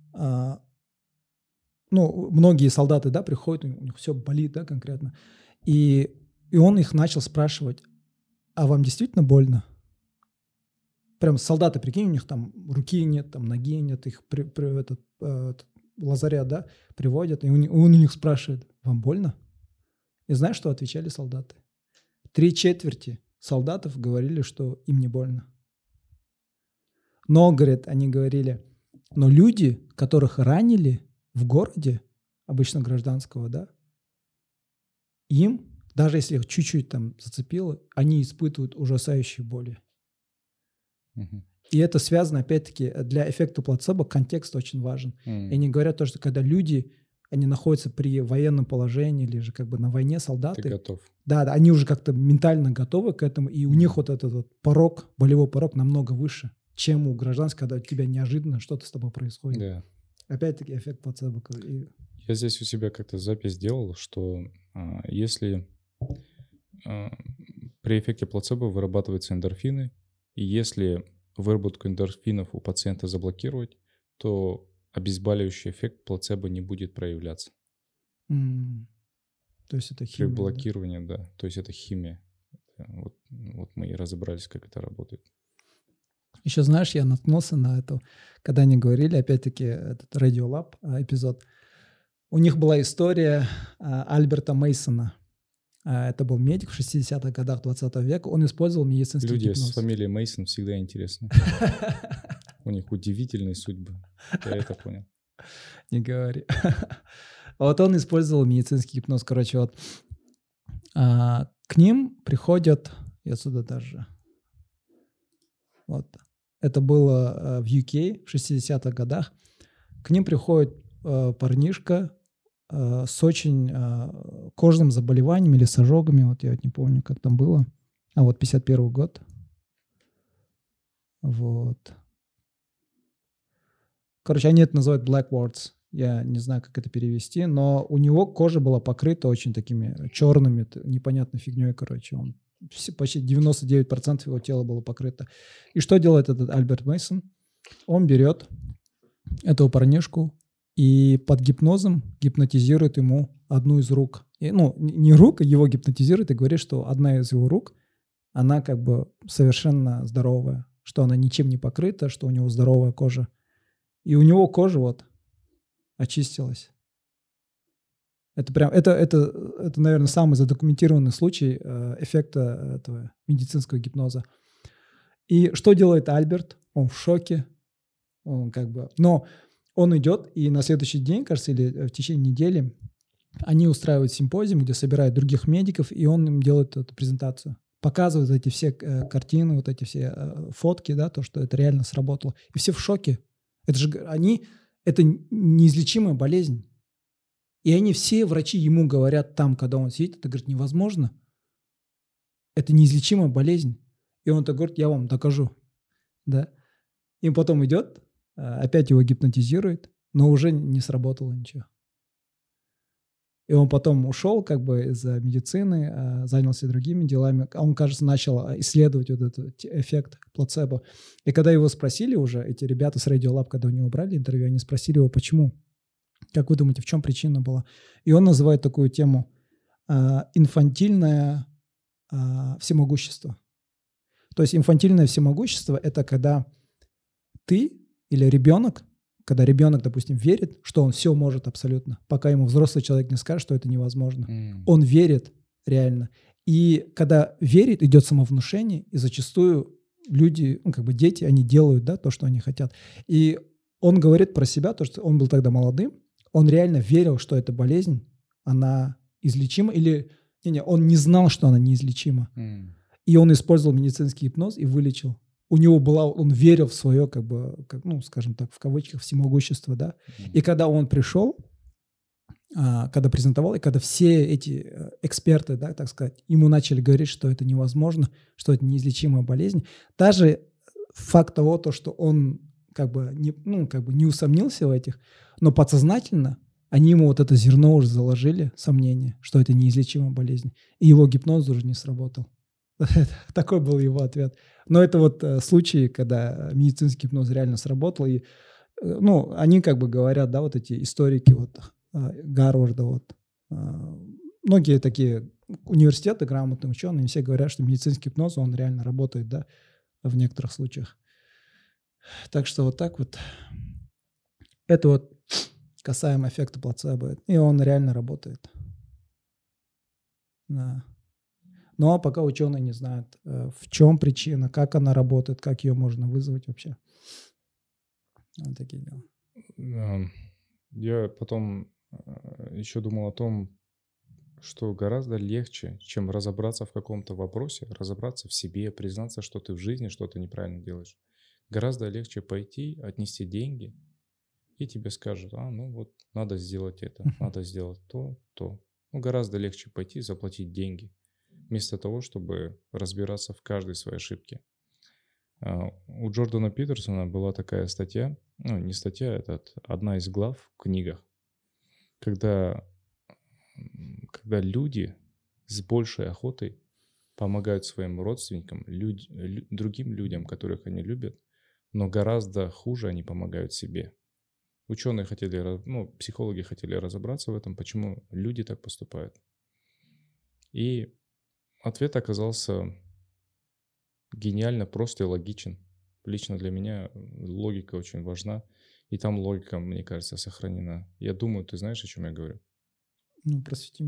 многие солдаты, да, приходят, у них все болит, да, конкретно, и он их начал спрашивать, а вам действительно больно? Прям солдаты, прикинь, у них там руки нет, там ноги нет, их лазарет, да, приводят, и он у них спрашивает, вам больно? И знаешь, что отвечали солдаты? 3/4 солдатов говорили, что им не больно. Но, говорят, они говорили, но люди, которых ранили в городе, обычно гражданского, да, им, даже если их чуть-чуть там зацепило, они испытывают ужасающие боли. И это связано, опять-таки, для эффекта плацебо контекст очень важен. И они говорят то, что когда люди, они находятся при военном положении или же как бы на войне, солдаты. Ты готов. Да, они уже как-то ментально готовы к этому, и у них вот этот вот порог, болевой порог намного выше, чем у гражданских, когда у тебя неожиданно что-то с тобой происходит. Да. Опять-таки эффект плацебо. Я здесь у себя как-то запись делал, что если при эффекте плацебо вырабатываются эндорфины, и если выработку эндорфинов у пациента заблокировать, то обезболивающий эффект плацебо не будет проявляться. То есть это химия. При блокировании, да. То есть это химия. Вот мы и разобрались, как это работает. Еще, знаешь, я наткнулся на это, когда они говорили, опять-таки, этот Radiolab эпизод. У них была история Альберта Мейсона. Это был медик в 60-х годах 20 века. Он использовал медицинский гипноз. Люди с фамилией Мейсон всегда интересны. У них удивительные судьбы. Я это понял. Не говори. Вот он использовал медицинский гипноз. Короче, вот к ним приходят... Я отсюда даже... Вот. Это было в UK в 60-х годах. К ним приходит парнишка с очень кожным заболеванием или с ожогами. Вот я не помню, как там было. Вот 51 год. Вот. Короче, они это называют black warts. Я не знаю, как это перевести, но у него кожа была покрыта очень такими черными, непонятной фигней, короче. Он почти 99% его тела было покрыто. И что делает этот Альберт Мейсон? Он берет этого парнишку и под гипнозом гипнотизирует ему одну из рук. И, не рук, его гипнотизирует и говорит, что одна из его рук, она как бы совершенно здоровая, что она ничем не покрыта, что у него здоровая кожа. И у него кожа вот очистилась. Это прям, это, наверное, самый задокументированный случай эффекта этого медицинского гипноза. И что делает Альберт? Он в шоке. Он как бы... Но он идет, и на следующий день, кажется, или в течение недели, они устраивают симпозиум, где собирают других медиков, и он им делает эту презентацию. Показывает эти все картины, вот эти все фотки, да, то, что это реально сработало. И все в шоке. Это же это неизлечимая болезнь. И они все, врачи, ему говорят там, когда он сидит, это, говорит, невозможно. это неизлечимая болезнь. И он так говорит, я вам докажу. Да? И потом идет, опять его гипнотизирует, но уже не сработало ничего. И он потом ушел как бы из медицины, занялся другими делами. Он, кажется, начал исследовать вот этот эффект плацебо. И когда его спросили уже, эти ребята с Radio Lab, когда у него брали интервью, они спросили его, почему? Как вы думаете, в чем причина была? И он называет такую тему инфантильное всемогущество. То есть инфантильное всемогущество – это когда ты или ребенок, когда ребенок, допустим, верит, что он все может абсолютно, пока ему взрослый человек не скажет, что это невозможно. Он верит реально. И когда верит, идет самовнушение, и зачастую люди, ну, как бы дети, они делают, да, то, что они хотят. И он говорит про себя, то, что он был тогда молодым, он реально верил, что эта болезнь, она излечима, или он не знал, что она неизлечима. И он использовал медицинский гипноз и вылечил. У него он верил в свое, как бы, ну, скажем так, в кавычках, всемогущество, да. И когда он пришел, когда презентовал, и когда все эти эксперты, да, так сказать, ему начали говорить, что это невозможно, что это неизлечимая болезнь, даже факт того, что он как бы не усомнился в этих, но подсознательно они ему вот это зерно уже заложили, сомнение, что это неизлечимая болезнь, и его гипноз уже не сработал. Такой был его ответ. Но это вот случаи, когда медицинский гипноз реально сработал. И, ну, они как бы говорят, да, вот эти историки вот Гарварда, вот многие такие университеты, грамотные ученые, все говорят, что медицинский гипноз, он реально работает, да, в некоторых случаях. Так что вот так вот. Это вот касаемо эффекта плацебо. И он реально работает. Да. Но пока ученые не знают, в чем причина, как она работает, как ее можно вызвать вообще. Вот такие дела. Я потом еще думал о том, что гораздо легче, чем разобраться в каком-то вопросе, разобраться в себе, признаться, что ты в жизни что-то неправильно делаешь. Гораздо легче пойти, отнести деньги, и тебе скажут, ну вот, надо сделать это, надо сделать то. Ну, гораздо легче пойти, заплатить деньги, вместо того, чтобы разбираться в каждой своей ошибке. У Джордана Питерсона была такая статья, ну, не статья, это одна из глав в книгах, когда люди с большей охотой помогают своим родственникам, другим людям, которых они любят, но гораздо хуже они помогают себе. Ученые психологи хотели разобраться в этом, почему люди так поступают. И ответ оказался гениально прост и логичен. Лично для меня логика очень важна. И там логика, мне кажется, сохранена. Я думаю, ты знаешь, о чем я говорю? Ну, просвети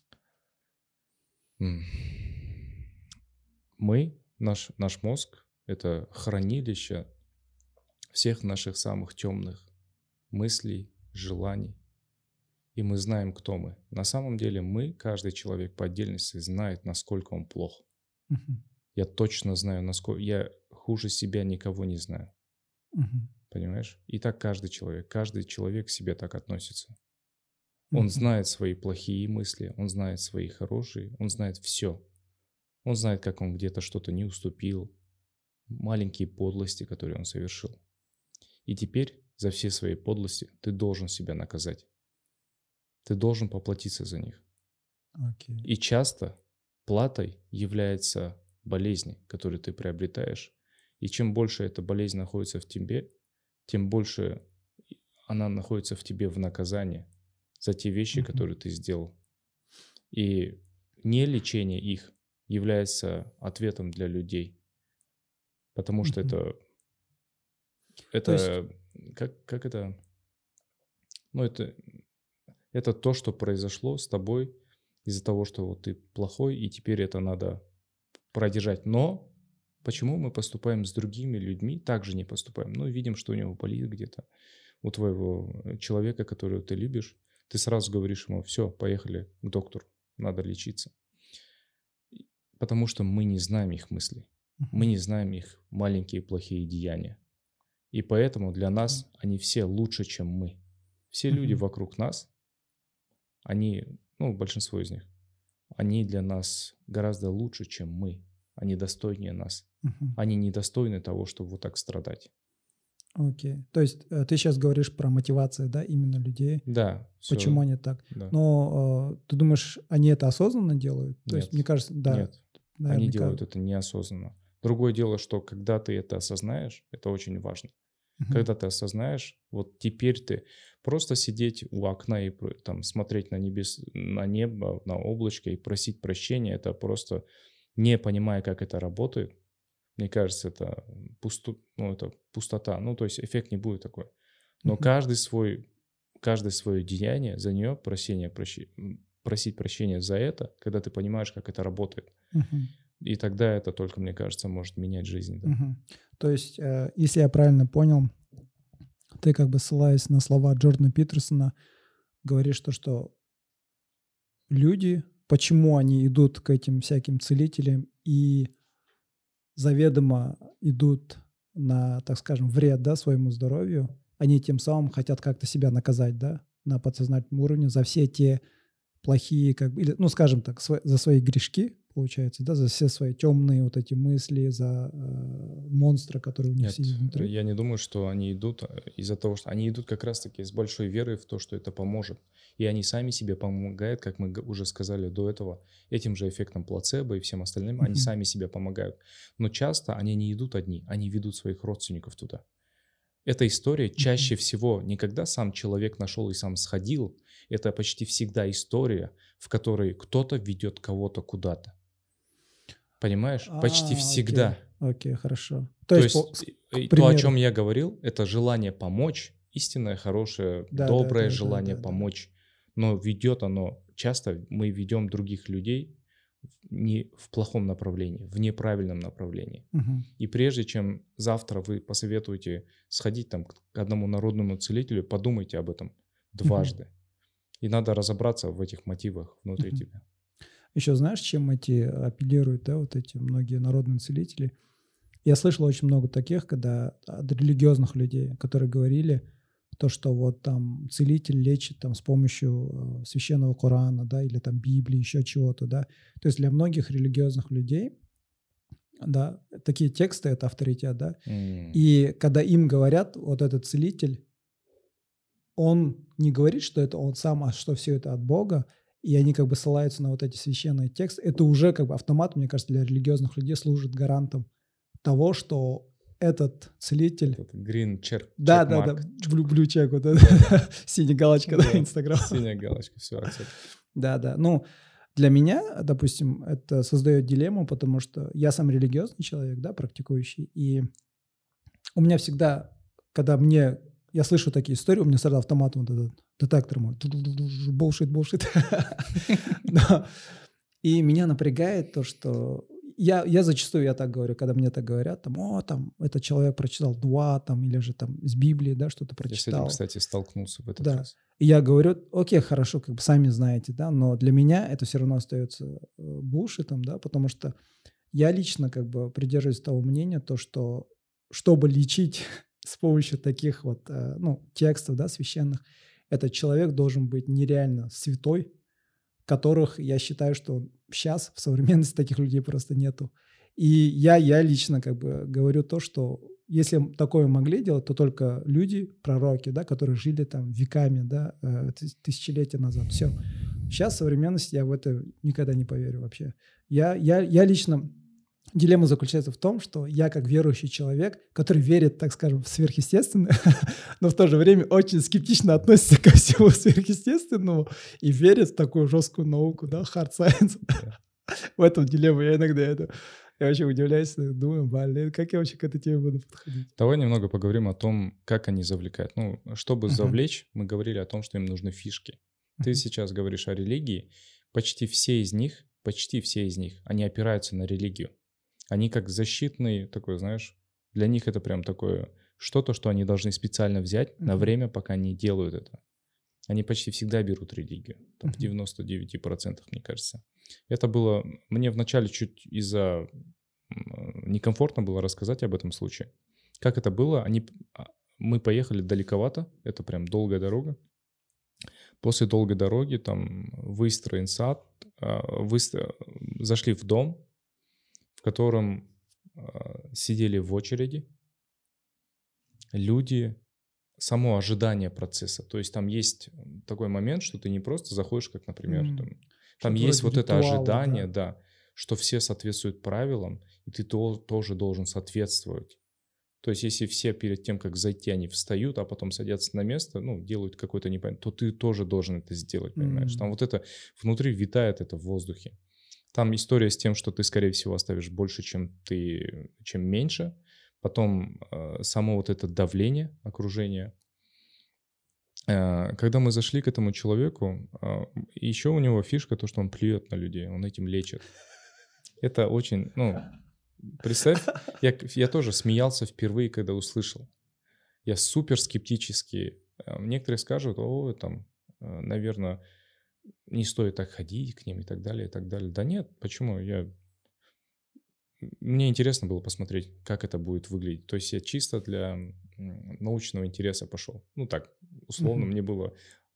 меня. Наш мозг — это хранилище всех наших самых темных мыслей, желаний. И мы знаем, кто мы. На самом деле каждый человек по отдельности знает, насколько он плох. Я точно знаю, насколько... Я хуже себя никого не знаю. Понимаешь? И так каждый человек к себе так относится. Он знает свои плохие мысли, он знает свои хорошие, он знает все. Он знает, как он где-то что-то не уступил, маленькие подлости, которые он совершил. И теперь за все свои подлости ты должен себя наказать. Ты должен поплатиться за них. Okay. И часто платой является болезнь, которую ты приобретаешь. И чем больше эта болезнь находится в тебе, тем больше она находится в тебе в наказании за те вещи, которые ты сделал. И не лечение их является ответом для людей. Потому что это как это? Ну, это то, что произошло с тобой из-за того, что вот ты плохой, и теперь это надо продержать. Но почему мы поступаем с другими людьми, так же не поступаем? Ну, видим, что у него болит где-то. У твоего человека, которого ты любишь, ты сразу говоришь ему: все, поехали к доктору, надо лечиться. Потому что мы не знаем их мыслей. Мы не знаем их маленькие плохие деяния. И поэтому для нас они все лучше, чем мы. Все люди вокруг нас, они, большинство из них, они для нас гораздо лучше, чем мы. Они достойнее нас. Они недостойны того, чтобы вот так страдать. Окей. То есть ты сейчас говоришь про мотивацию, да, именно людей? Да. Почему они так? Да. Но ты думаешь, они это осознанно делают? То Нет. есть, мне кажется, да. Нет. Наверняка. Они делают это неосознанно. Другое дело, что когда ты это осознаешь, это очень важно. Когда ты осознаешь, вот теперь ты просто сидеть у окна и там смотреть на небо, на облачко и просить прощения, это просто не понимая, как это работает. Мне кажется, это пустота. Ну, то есть эффект не будет такой. Но каждое свое деяние, за нее просить прощения за это, когда ты понимаешь, как это работает. И тогда это только, мне кажется, может менять жизнь. Да? То есть, если я правильно понял, ты как бы ссылаясь на слова Джордана Питерсона, говоришь то, что люди, почему они идут к этим всяким целителям и заведомо идут на, так скажем, вред, да, своему здоровью, они тем самым хотят как-то себя наказать, да, на подсознательном уровне за все те плохие, как бы, или, ну, скажем так, за свои грешки, получается, да, за все свои темные вот эти мысли, за монстра, который у них сидит внутри. Я не думаю, что они идут из-за того, что они идут как раз-таки с большой верой в то, что это поможет. И они сами себе помогают, как мы уже сказали до этого, этим же эффектом плацебо и всем остальным, они сами себе помогают. Но часто они не идут одни, они ведут своих родственников туда. Эта история чаще всего не когда сам человек нашел и сам сходил, это почти всегда история, в которой кто-то ведет кого-то куда-то. Понимаешь? Почти всегда. Окей, хорошо. То есть то, о чем я говорил, это желание помочь, истинное, хорошее, доброе желание помочь. Но ведет оно, часто мы ведем других людей не в плохом направлении, в неправильном направлении. И прежде чем завтра вы посоветуете сходить там к одному народному целителю, подумайте об этом дважды. И надо разобраться в этих мотивах внутри тебя. Еще знаешь, чем эти апеллируют, да, вот эти многие народные целители? Я слышал очень много таких, когда от религиозных людей, которые говорили то, что вот там целитель лечит там с помощью священного Корана, да, или там Библии, еще чего-то, да. То есть для многих религиозных людей, да, такие тексты — это авторитет, да. И когда им говорят, вот этот целитель, он не говорит, что это он сам, а что все это от Бога, и они как бы ссылаются на вот эти священные тексты, это уже как бы автомат, мне кажется, для религиозных людей служит гарантом того, что этот целитель... Green check. Да, blue check, вот это, синяя галочка, да, Инстаграм. Синяя галочка, все, акцепт. Да. Ну, для меня, допустим, это создает дилемму, потому что я сам религиозный человек, да, практикующий, и у меня всегда, когда я слышу такие истории, у меня сразу автоматом вот этот детектор мой. Bullshit. И меня напрягает то, что я зачастую, я так говорю, когда мне так говорят, там, этот человек прочитал дуа, там, или же там из Библии, да, что-то прочитал. Я с этим, кстати, столкнулся в этот раз. И я говорю, окей, хорошо, как бы сами знаете, да, но для меня это все равно остается булшитом, да, потому что я лично как бы придерживаюсь того мнения, то, что чтобы лечить с помощью таких вот, текстов, да, священных, этот человек должен быть нереально святой, которых я считаю, что сейчас в современности таких людей просто нету. И я лично как бы говорю то, что если такое могли делать, то только люди, пророки, да, которые жили там веками, да, тысячелетия назад. Все. Сейчас в современности я в это никогда не поверю вообще. Я лично... Дилемма заключается в том, что я как верующий человек, который верит, так скажем, в сверхъестественное, но в то же время очень скептично относится ко всему сверхъестественному и верит в такую жесткую науку, да, hard science. В этом дилемма я иногда я очень удивляюсь, думаю, как я вообще к этой теме буду подходить. Давай немного поговорим о том, как они завлекают. Ну, чтобы завлечь, мы говорили о том, что им нужны фишки. Ты сейчас говоришь о религии. Почти все из них, они опираются на религию. Они как защитный такой, знаешь, для них это прям такое что-то, что они должны специально взять на время, пока они делают это. Они почти всегда берут религию, там в 99%, мне кажется. Это было, мне вначале чуть из-за некомфортно было рассказать об этом случае. Как это было? Мы поехали далековато, это прям долгая дорога. После долгой дороги там выстроен сад, зашли в дом, в котором сидели в очереди люди, само ожидание процесса. То есть там есть такой момент, что ты не просто заходишь, как, например, там есть вот это ожидание, да, что все соответствуют правилам, и ты тоже должен соответствовать. То есть если все перед тем, как зайти, они встают, а потом садятся на место, делают какой-то непонятный, то ты тоже должен это сделать, понимаешь? Там вот это внутри витает это в воздухе. Там история с тем, что ты, скорее всего, оставишь больше, чем меньше. Потом само вот это давление окружения. Когда мы зашли к этому человеку, еще у него фишка то, что он плюет на людей, он этим лечит. Это очень, представь, я тоже смеялся впервые, когда услышал. Я супер скептически. Некоторые скажут, наверное, не стоит так ходить к ним и так далее, и так далее. Да нет, почему? Мне интересно было посмотреть, как это будет выглядеть. То есть я чисто для научного интереса пошел. Так, условно, мне было...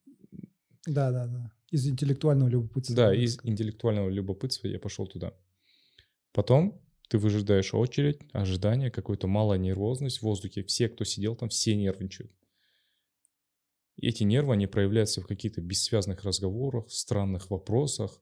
Да. Из интеллектуального любопытства. Да, из интеллектуального любопытства я пошел туда. Потом ты выжидаешь очередь, ожидание, какую-то малая нервозность в воздухе. Все, кто сидел там, все нервничают. И эти нервы, они проявляются в каких-то бессвязных разговорах, странных вопросах,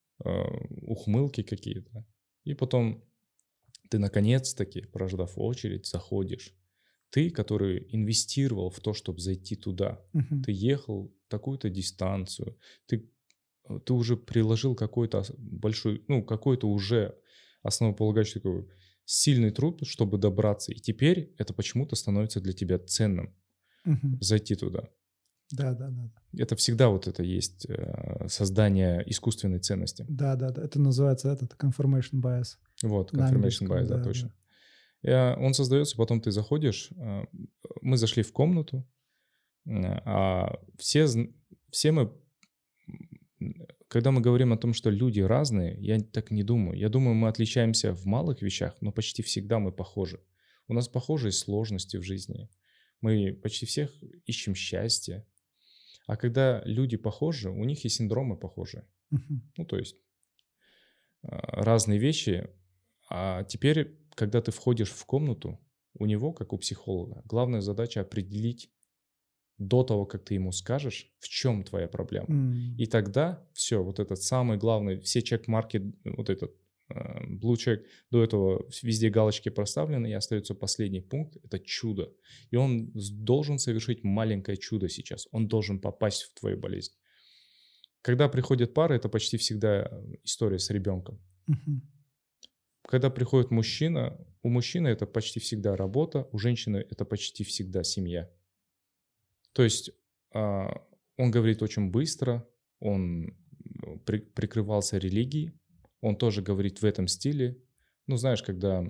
ухмылки какие-то. И потом ты, наконец-таки, прождав очередь, заходишь. Ты, который инвестировал в то, чтобы зайти туда. Ты ехал такую-то дистанцию. Ты уже приложил какой-то большой, какой-то уже основополагающий такой сильный труд, чтобы добраться. И теперь это почему-то становится для тебя ценным. Зайти туда. Да. Это всегда вот это есть создание искусственной ценности. Да. Это называется confirmation bias. Вот, confirmation bias, да, точно. Он создается, потом ты заходишь. Мы зашли в комнату, а все мы... Когда мы говорим о том, что люди разные, я так не думаю. Я думаю, мы отличаемся в малых вещах, но почти всегда мы похожи. У нас похожие сложности в жизни. Мы почти всех ищем счастье. А когда люди похожи, у них и синдромы похожие. То есть разные вещи. А теперь, когда ты входишь в комнату, у него, как у психолога, главная задача определить до того, как ты ему скажешь, в чем твоя проблема. И тогда все, вот этот самый главный, все чек-марки, вот этот blue check, до этого везде галочки проставлены, и остается последний пункт, это чудо. И он должен совершить маленькое чудо сейчас, он должен попасть в твою болезнь. Когда приходит пара, это почти всегда история с ребенком. Когда приходит мужчина, у мужчины это почти всегда работа, у женщины это почти всегда семья. То есть он говорит очень быстро, он прикрывался религией, он тоже говорит в этом стиле. Знаешь, когда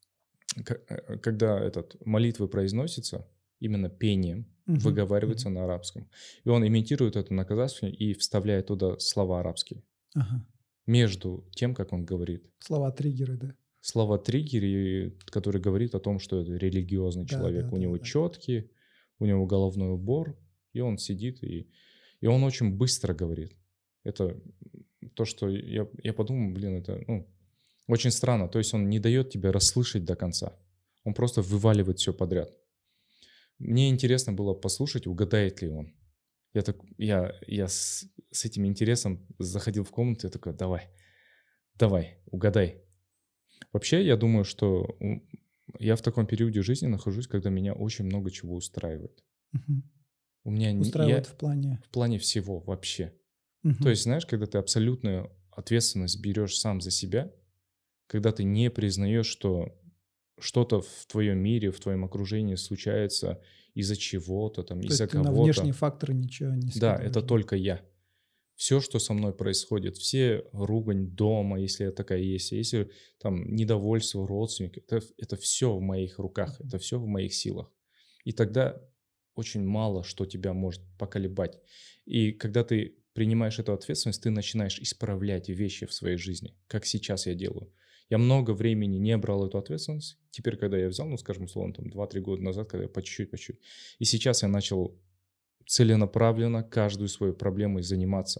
молитвы произносятся именно пением, выговаривается на арабском, и он имитирует это на казахском и вставляет туда слова арабские. Между тем, как он говорит. Слова-триггеры, да? Слова-триггеры, которые говорят о том, что это религиозный человек. У него четкие, у него головной убор, и он сидит, и он очень быстро говорит. Это то, что я подумал, это очень странно. То есть он не дает тебе расслышать до конца. Он просто вываливает все подряд. Мне интересно было послушать, угадает ли он. Я с этим интересом заходил в комнату, я такой, давай, угадай. Вообще, я думаю, что я в таком периоде жизни нахожусь, когда меня очень много чего устраивает. У меня устраивает в плане? В плане всего вообще. То есть, знаешь, когда ты абсолютную ответственность берешь сам за себя, когда ты не признаешь, что что-то в твоем мире, в твоем окружении случается из-за чего-то, из-за кого-то. На внешние факторы ничего не сказываешь. Да, это только я. Все, что со мной происходит, все ругань дома, если такая есть, если недовольство родственников, это все в моих руках, это все в моих силах. И тогда очень мало что тебя может поколебать. И когда ты принимаешь эту ответственность, ты начинаешь исправлять вещи в своей жизни, как сейчас я делаю. Я много времени не брал эту ответственность. Теперь, когда я взял, скажем, условно, 2-3 года назад, когда я по чуть-чуть. И сейчас я начал целенаправленно каждую свою проблему заниматься.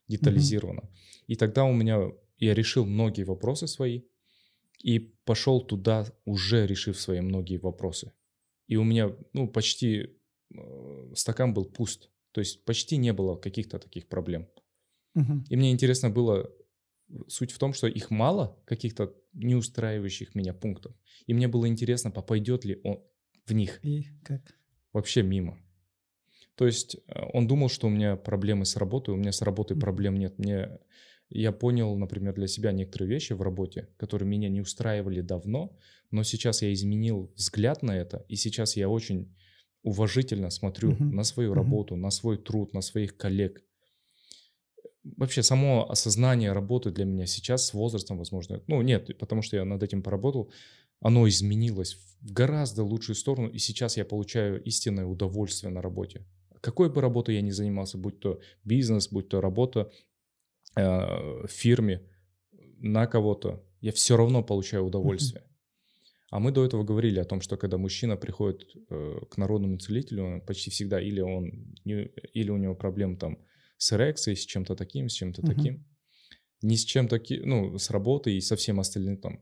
детализировано. И тогда я решил многие вопросы свои и пошел туда, уже решив свои многие вопросы. И у меня почти стакан был пуст. То есть почти не было каких-то таких проблем. И мне интересно было, суть в том, что их мало, каких-то не устраивающих меня пунктов. И мне было интересно, попадет ли он в них. И как? Вообще мимо. То есть он думал, что у меня проблемы с работой, у меня с работой проблем нет. Я понял, например, для себя некоторые вещи в работе, которые меня не устраивали давно, но сейчас я изменил взгляд на это, и сейчас я очень уважительно смотрю на свою работу, на свой труд, на своих коллег. Вообще само осознание работы для меня сейчас с возрастом, возможно, нет, потому что я над этим поработал, оно изменилось в гораздо лучшую сторону, и сейчас я получаю истинное удовольствие на работе. Какой бы работой я ни занимался, будь то бизнес, будь то работа в фирме, на кого-то, я все равно получаю удовольствие. А мы до этого говорили о том, что когда мужчина приходит к народному целителю, он почти всегда или у него проблемы там с эрекцией, с чем-то таким, не с чем таким, с работой и со всем остальным там.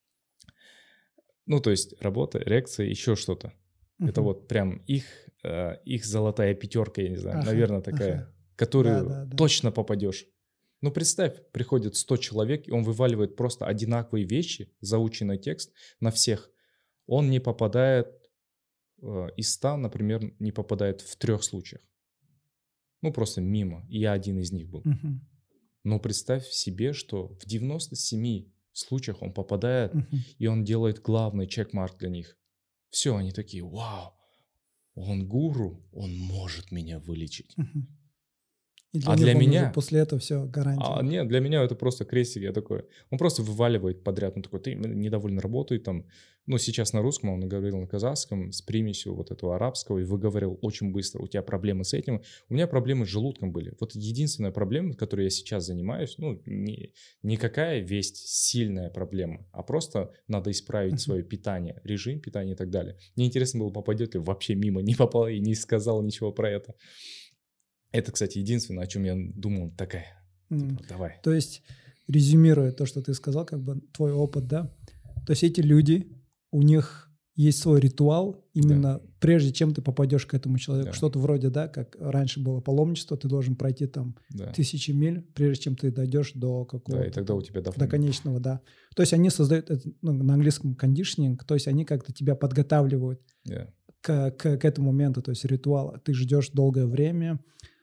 То есть работа, эрекция, еще что-то. Это вот прям их золотая пятерка, я не знаю, наверное, такая, которую точно попадешь. Представь, приходит 100 человек, и он вываливает просто одинаковые вещи, заученный текст на всех. Он не попадает из 100, например, не попадает в 3 случаях. Просто мимо. И я один из них был. Но представь себе, что в 97 случаях он попадает, и он делает главный чекмарк для них. Все, они такие, вау, он гуру, он может меня вылечить. И для меня после этого все гарантия. Нет, для меня это просто крестик. Я такой, он просто вываливает подряд. Он такой, ты недоволен работой, там, сейчас на русском, он говорил на казахском с примесью вот этого арабского и выговорил очень быстро. У тебя проблемы с этим. У меня проблемы с желудком были. Вот единственная проблема, которой я сейчас занимаюсь, никакая весть сильная проблема, а просто надо исправить свое питание, режим питания и так далее. Мне интересно было, попадет ли вообще мимо, не попал и не сказал ничего про это. Это, кстати, единственное, о чем я думал, такая, давай. То есть, резюмируя то, что ты сказал, как бы твой опыт, да, то есть эти люди, у них есть свой ритуал, именно прежде чем ты попадешь к этому человеку. Что-то вроде, да, как раньше было паломничество, ты должен пройти там 1000 миль, прежде чем ты дойдешь до какого-то... Да, и тогда у тебя до конечного, да. То есть они создают, на английском conditioning, то есть они как-то тебя подготавливают к этому моменту, то есть ритуал. Ты ждешь долгое время,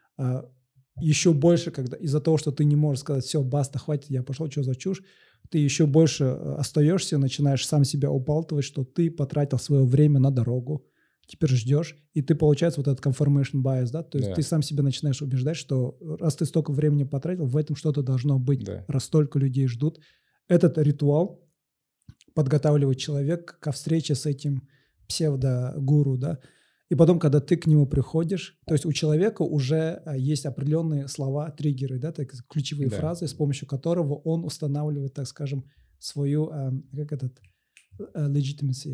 еще больше, когда из-за того, что ты не можешь сказать, все, баста, хватит, я пошел, что за чушь, ты еще больше остаешься, начинаешь сам себя убалтывать, что ты потратил свое время на дорогу, теперь ждешь, и ты, получается, вот этот confirmation bias, да, то есть ты сам себя начинаешь убеждать, что раз ты столько времени потратил, в этом что-то должно быть, раз столько людей ждут. Этот ритуал подготавливает человека ко встрече с этим псевдо-гуру, да. И потом, когда ты к нему приходишь, то есть у человека уже есть определенные слова, триггеры, да, так, ключевые фразы, с помощью которого он устанавливает, так скажем, свою, legitimacy,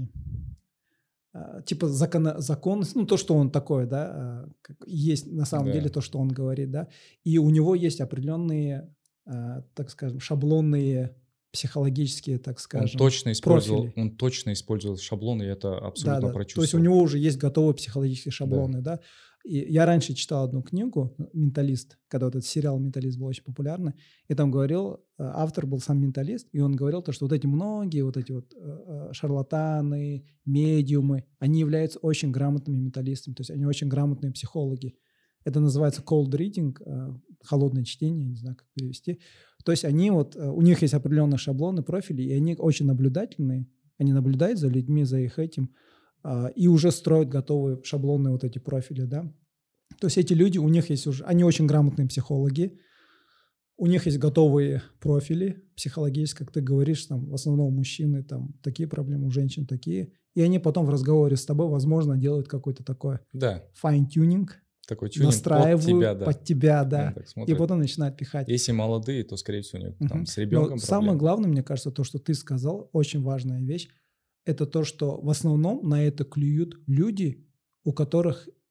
типа законность, то, что он такой, да, есть на самом деле то, что он говорит, да, и у него есть определенные, так скажем, шаблонные психологические, так скажем, профили. Он точно использовал шаблоны, и это абсолютно прочувствовал. То есть у него уже есть готовые психологические шаблоны, да. И я раньше читал одну книгу «Менталист», когда вот этот сериал «Менталист» был очень популярный, и там говорил, автор был сам менталист, и он говорил то, что вот эти многие вот эти вот шарлатаны, медиумы, они являются очень грамотными менталистами, то есть они очень грамотные психологи. Это называется cold reading, холодное чтение, не знаю, как перевести. То есть они вот, у них есть определенные шаблоны, профили, и они очень наблюдательные, они наблюдают за людьми, за их этим, и уже строят готовые шаблонные вот эти профили, да. То есть эти люди, у них есть уже, они очень грамотные психологи, у них есть готовые профили психологические, как ты говоришь, там, в основном у мужчины там такие проблемы, у женщин такие, и они потом в разговоре с тобой, возможно, делают какой-то такой fine-tuning, такой тюнинг настраивают под тебя, да, и потом начинают пихать. Если молодые, то, скорее всего, у них там с ребенком проблемы. Самое главное, мне кажется, то, что ты сказал, очень важная вещь, это то, что в основном на это клюют люди, у которых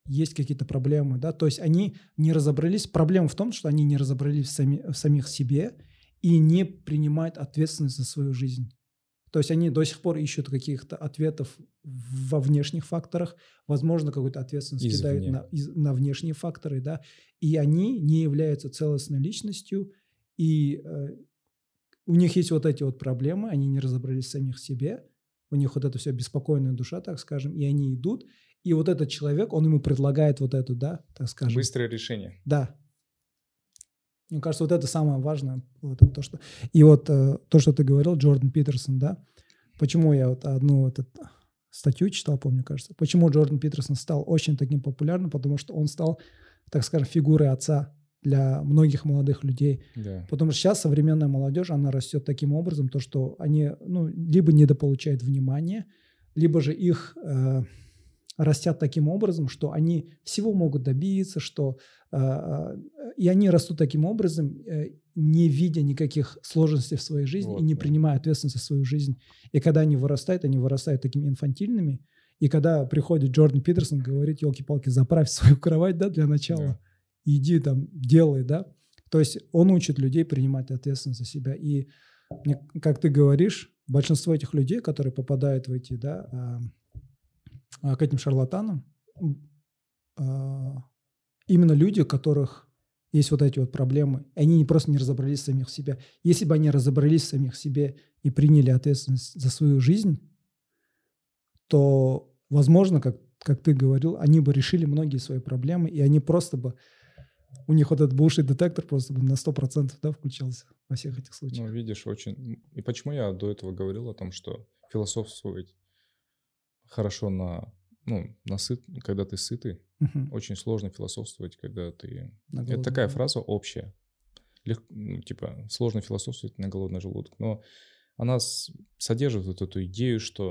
есть какие-то проблемы, да, то есть они не разобрались, проблема в том, что они не разобрались в самих себе и не принимают ответственность за свою жизнь. То есть они до сих пор ищут каких-то ответов во внешних факторах, возможно, какую-то ответственность кидают на внешние факторы, да, и они не являются целостной личностью, и у них есть вот эти вот проблемы, они не разобрались в самих себе, у них вот это все беспокойная душа, так скажем, и они идут, и вот этот человек, он ему предлагает вот эту, да, так скажем. Быстрое решение. Да. Мне кажется, вот это самое важное. Вот это то, что... И вот то, что ты говорил, Джордан Питерсон, да, почему я вот одну вот эту статью читал, помню, кажется, почему Джордан Питерсон стал очень таким популярным, потому что он стал, так скажем, фигурой отца для многих молодых людей. Да. Потому что сейчас современная молодежь, она растет таким образом, то, что они либо недополучают внимания, либо же их растят таким образом, что они всего могут добиться, что и они растут таким образом, не видя никаких сложностей в своей жизни и не принимая ответственность за свою жизнь. И когда они вырастают такими инфантильными. И когда приходит Джордан Питерсон, говорит: елки-палки, заправь свою кровать, да, для начала, иди там, делай, да. То есть он учит людей принимать ответственность за себя. И, как ты говоришь, большинство этих людей, которые попадают в эти, да, к этим шарлатанам, именно люди, у которых есть вот эти вот проблемы, и они просто не разобрались в самих себе. Если бы они разобрались в самих себе и приняли ответственность за свою жизнь, то, возможно, как ты говорил, они бы решили многие свои проблемы, и они просто бы, у них вот этот bullshit-детектор просто бы на 100%, да, включался во всех этих случаях. Ну, видишь, очень... И почему я до этого говорил о том, что философствовать хорошо когда ты сытый, очень сложно философствовать, когда ты... Это такая фраза общая. Типа, сложно философствовать на голодный желудок. Но она содержит вот эту идею, что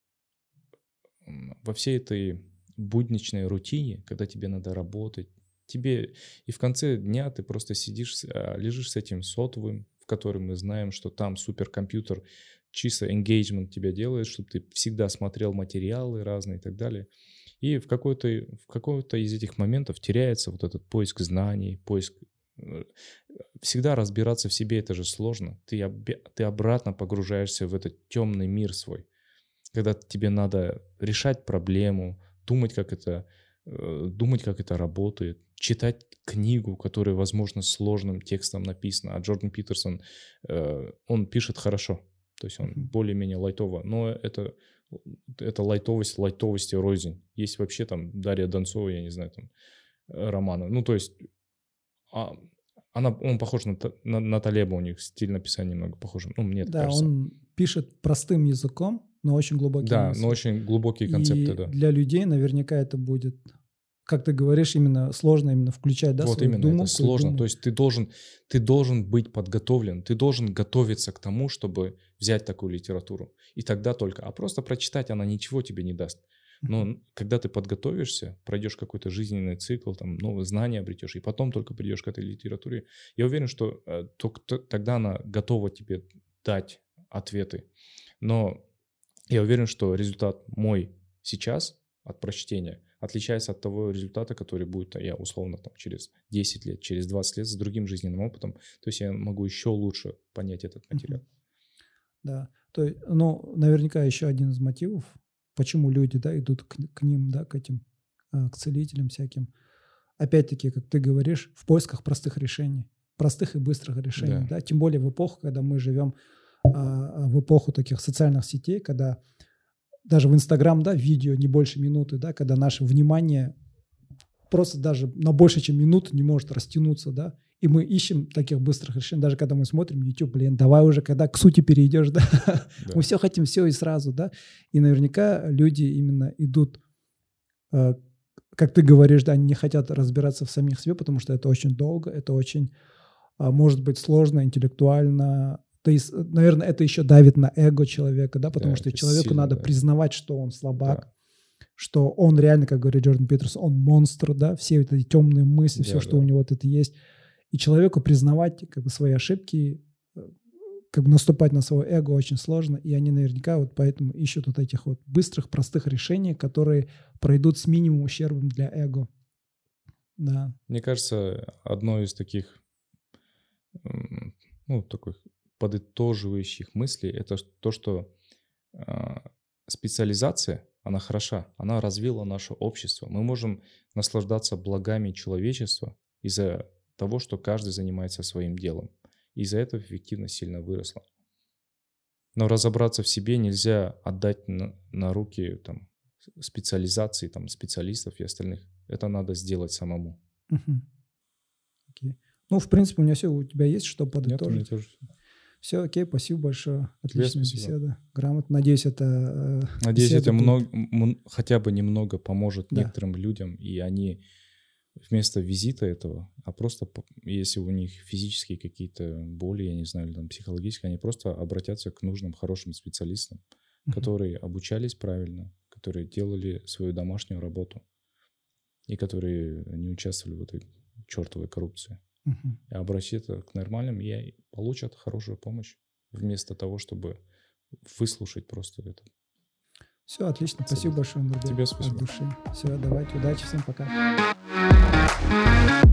во всей этой будничной рутине, когда тебе надо работать, тебе и в конце дня ты просто сидишь, лежишь с этим сотовым, в котором мы знаем, что там суперкомпьютер чисто engagement тебя делает, чтобы ты всегда смотрел материалы разные и так далее. И в какой-то из этих моментов теряется вот этот поиск знаний, поиск... Всегда разбираться в себе — это же сложно. Ты обратно погружаешься в этот темный мир свой, когда тебе надо решать проблему, думать, как это работает, читать книгу, которая, возможно, сложным текстом написана. А Джордан Питерсон, он пишет хорошо. То есть он более-менее лайтово. Но это лайтовость лайтовости рознь. Есть вообще там Дарья Донцова, я не знаю, там романа. Ну, то есть он похож на Талеба, у них стиль написания немного похож. Ну, мне это кажется. Да, он пишет простым языком, но очень глубокий. Да, но очень глубокие концепты, да. Для людей наверняка это будет, как ты говоришь, именно сложно именно включать, да, вот свою именно, думу. Это сложно. То есть ты должен быть подготовлен, ты должен готовиться к тому, чтобы взять такую литературу. И тогда только. А просто прочитать она ничего тебе не даст. Но когда ты подготовишься, пройдешь какой-то жизненный цикл, там, новые знания обретешь, и потом только придешь к этой литературе, я уверен, что тогда она готова тебе дать ответы. Но я уверен, что результат мой сейчас от прочтения отличается от того результата, который будет, я условно, там, через 10 лет, через 20 лет с другим жизненным опытом. То есть я могу еще лучше понять этот материал. Да, то есть, наверняка еще один из мотивов, почему люди, да, идут к ним, да, к этим, к целителям всяким. Опять-таки, как ты говоришь, в поисках простых решений, простых и быстрых решений, да, тем более в эпоху, когда мы живем, в эпоху таких социальных сетей, когда даже в Инстаграм, да, видео не больше минуты, да, когда наше внимание просто даже на больше, чем минуту не может растянуться, да, и мы ищем таких быстрых решений, даже когда мы смотрим YouTube, давай уже, когда к сути перейдешь, да, мы все хотим все и сразу, да, и наверняка люди именно идут, как ты говоришь, да, они не хотят разбираться в самих себе, потому что это очень долго, это очень, может быть, сложно, интеллектуально. То есть, наверное, это еще давит на эго человека, да, потому что человеку надо признавать, что он слабак, что он реально, как говорит Джордан Питерсон, он монстр, да, все эти темные мысли, все, что у него вот это есть. И человеку признавать как бы свои ошибки, как бы наступать на свое эго очень сложно, и они наверняка вот поэтому ищут вот этих вот быстрых, простых решений, которые пройдут с минимумом ущербом для эго. Да. Мне кажется, одно из таких, таких подытоживающих мыслей, это то, что специализация, она хороша, она развила наше общество. Мы можем наслаждаться благами человечества из-за того, что каждый занимается своим делом. Из-за этого эффективность сильно выросла. Но разобраться в себе нельзя отдать на руки там, специализации, там, специалистов и остальных. Это надо сделать самому. Окей. Ну, в принципе, у меня все, у тебя есть что подытожить? Нет, все, окей, спасибо большое. Отличная беседа. Грамотно. Надеюсь, это хотя бы немного поможет некоторым людям, и они вместо визита этого, а просто если у них физические какие-то боли, я не знаю, или там психологические, они просто обратятся к нужным, хорошим специалистам, которые обучались правильно, которые делали свою домашнюю работу и которые не участвовали в этой чертовой коррупции. И обратиться к нормальным и получат хорошую помощь вместо того, чтобы выслушать просто это. Все, отлично. Спасибо большое, Нурбек. Тебе спасибо. От души. Все, давайте, удачи, всем пока.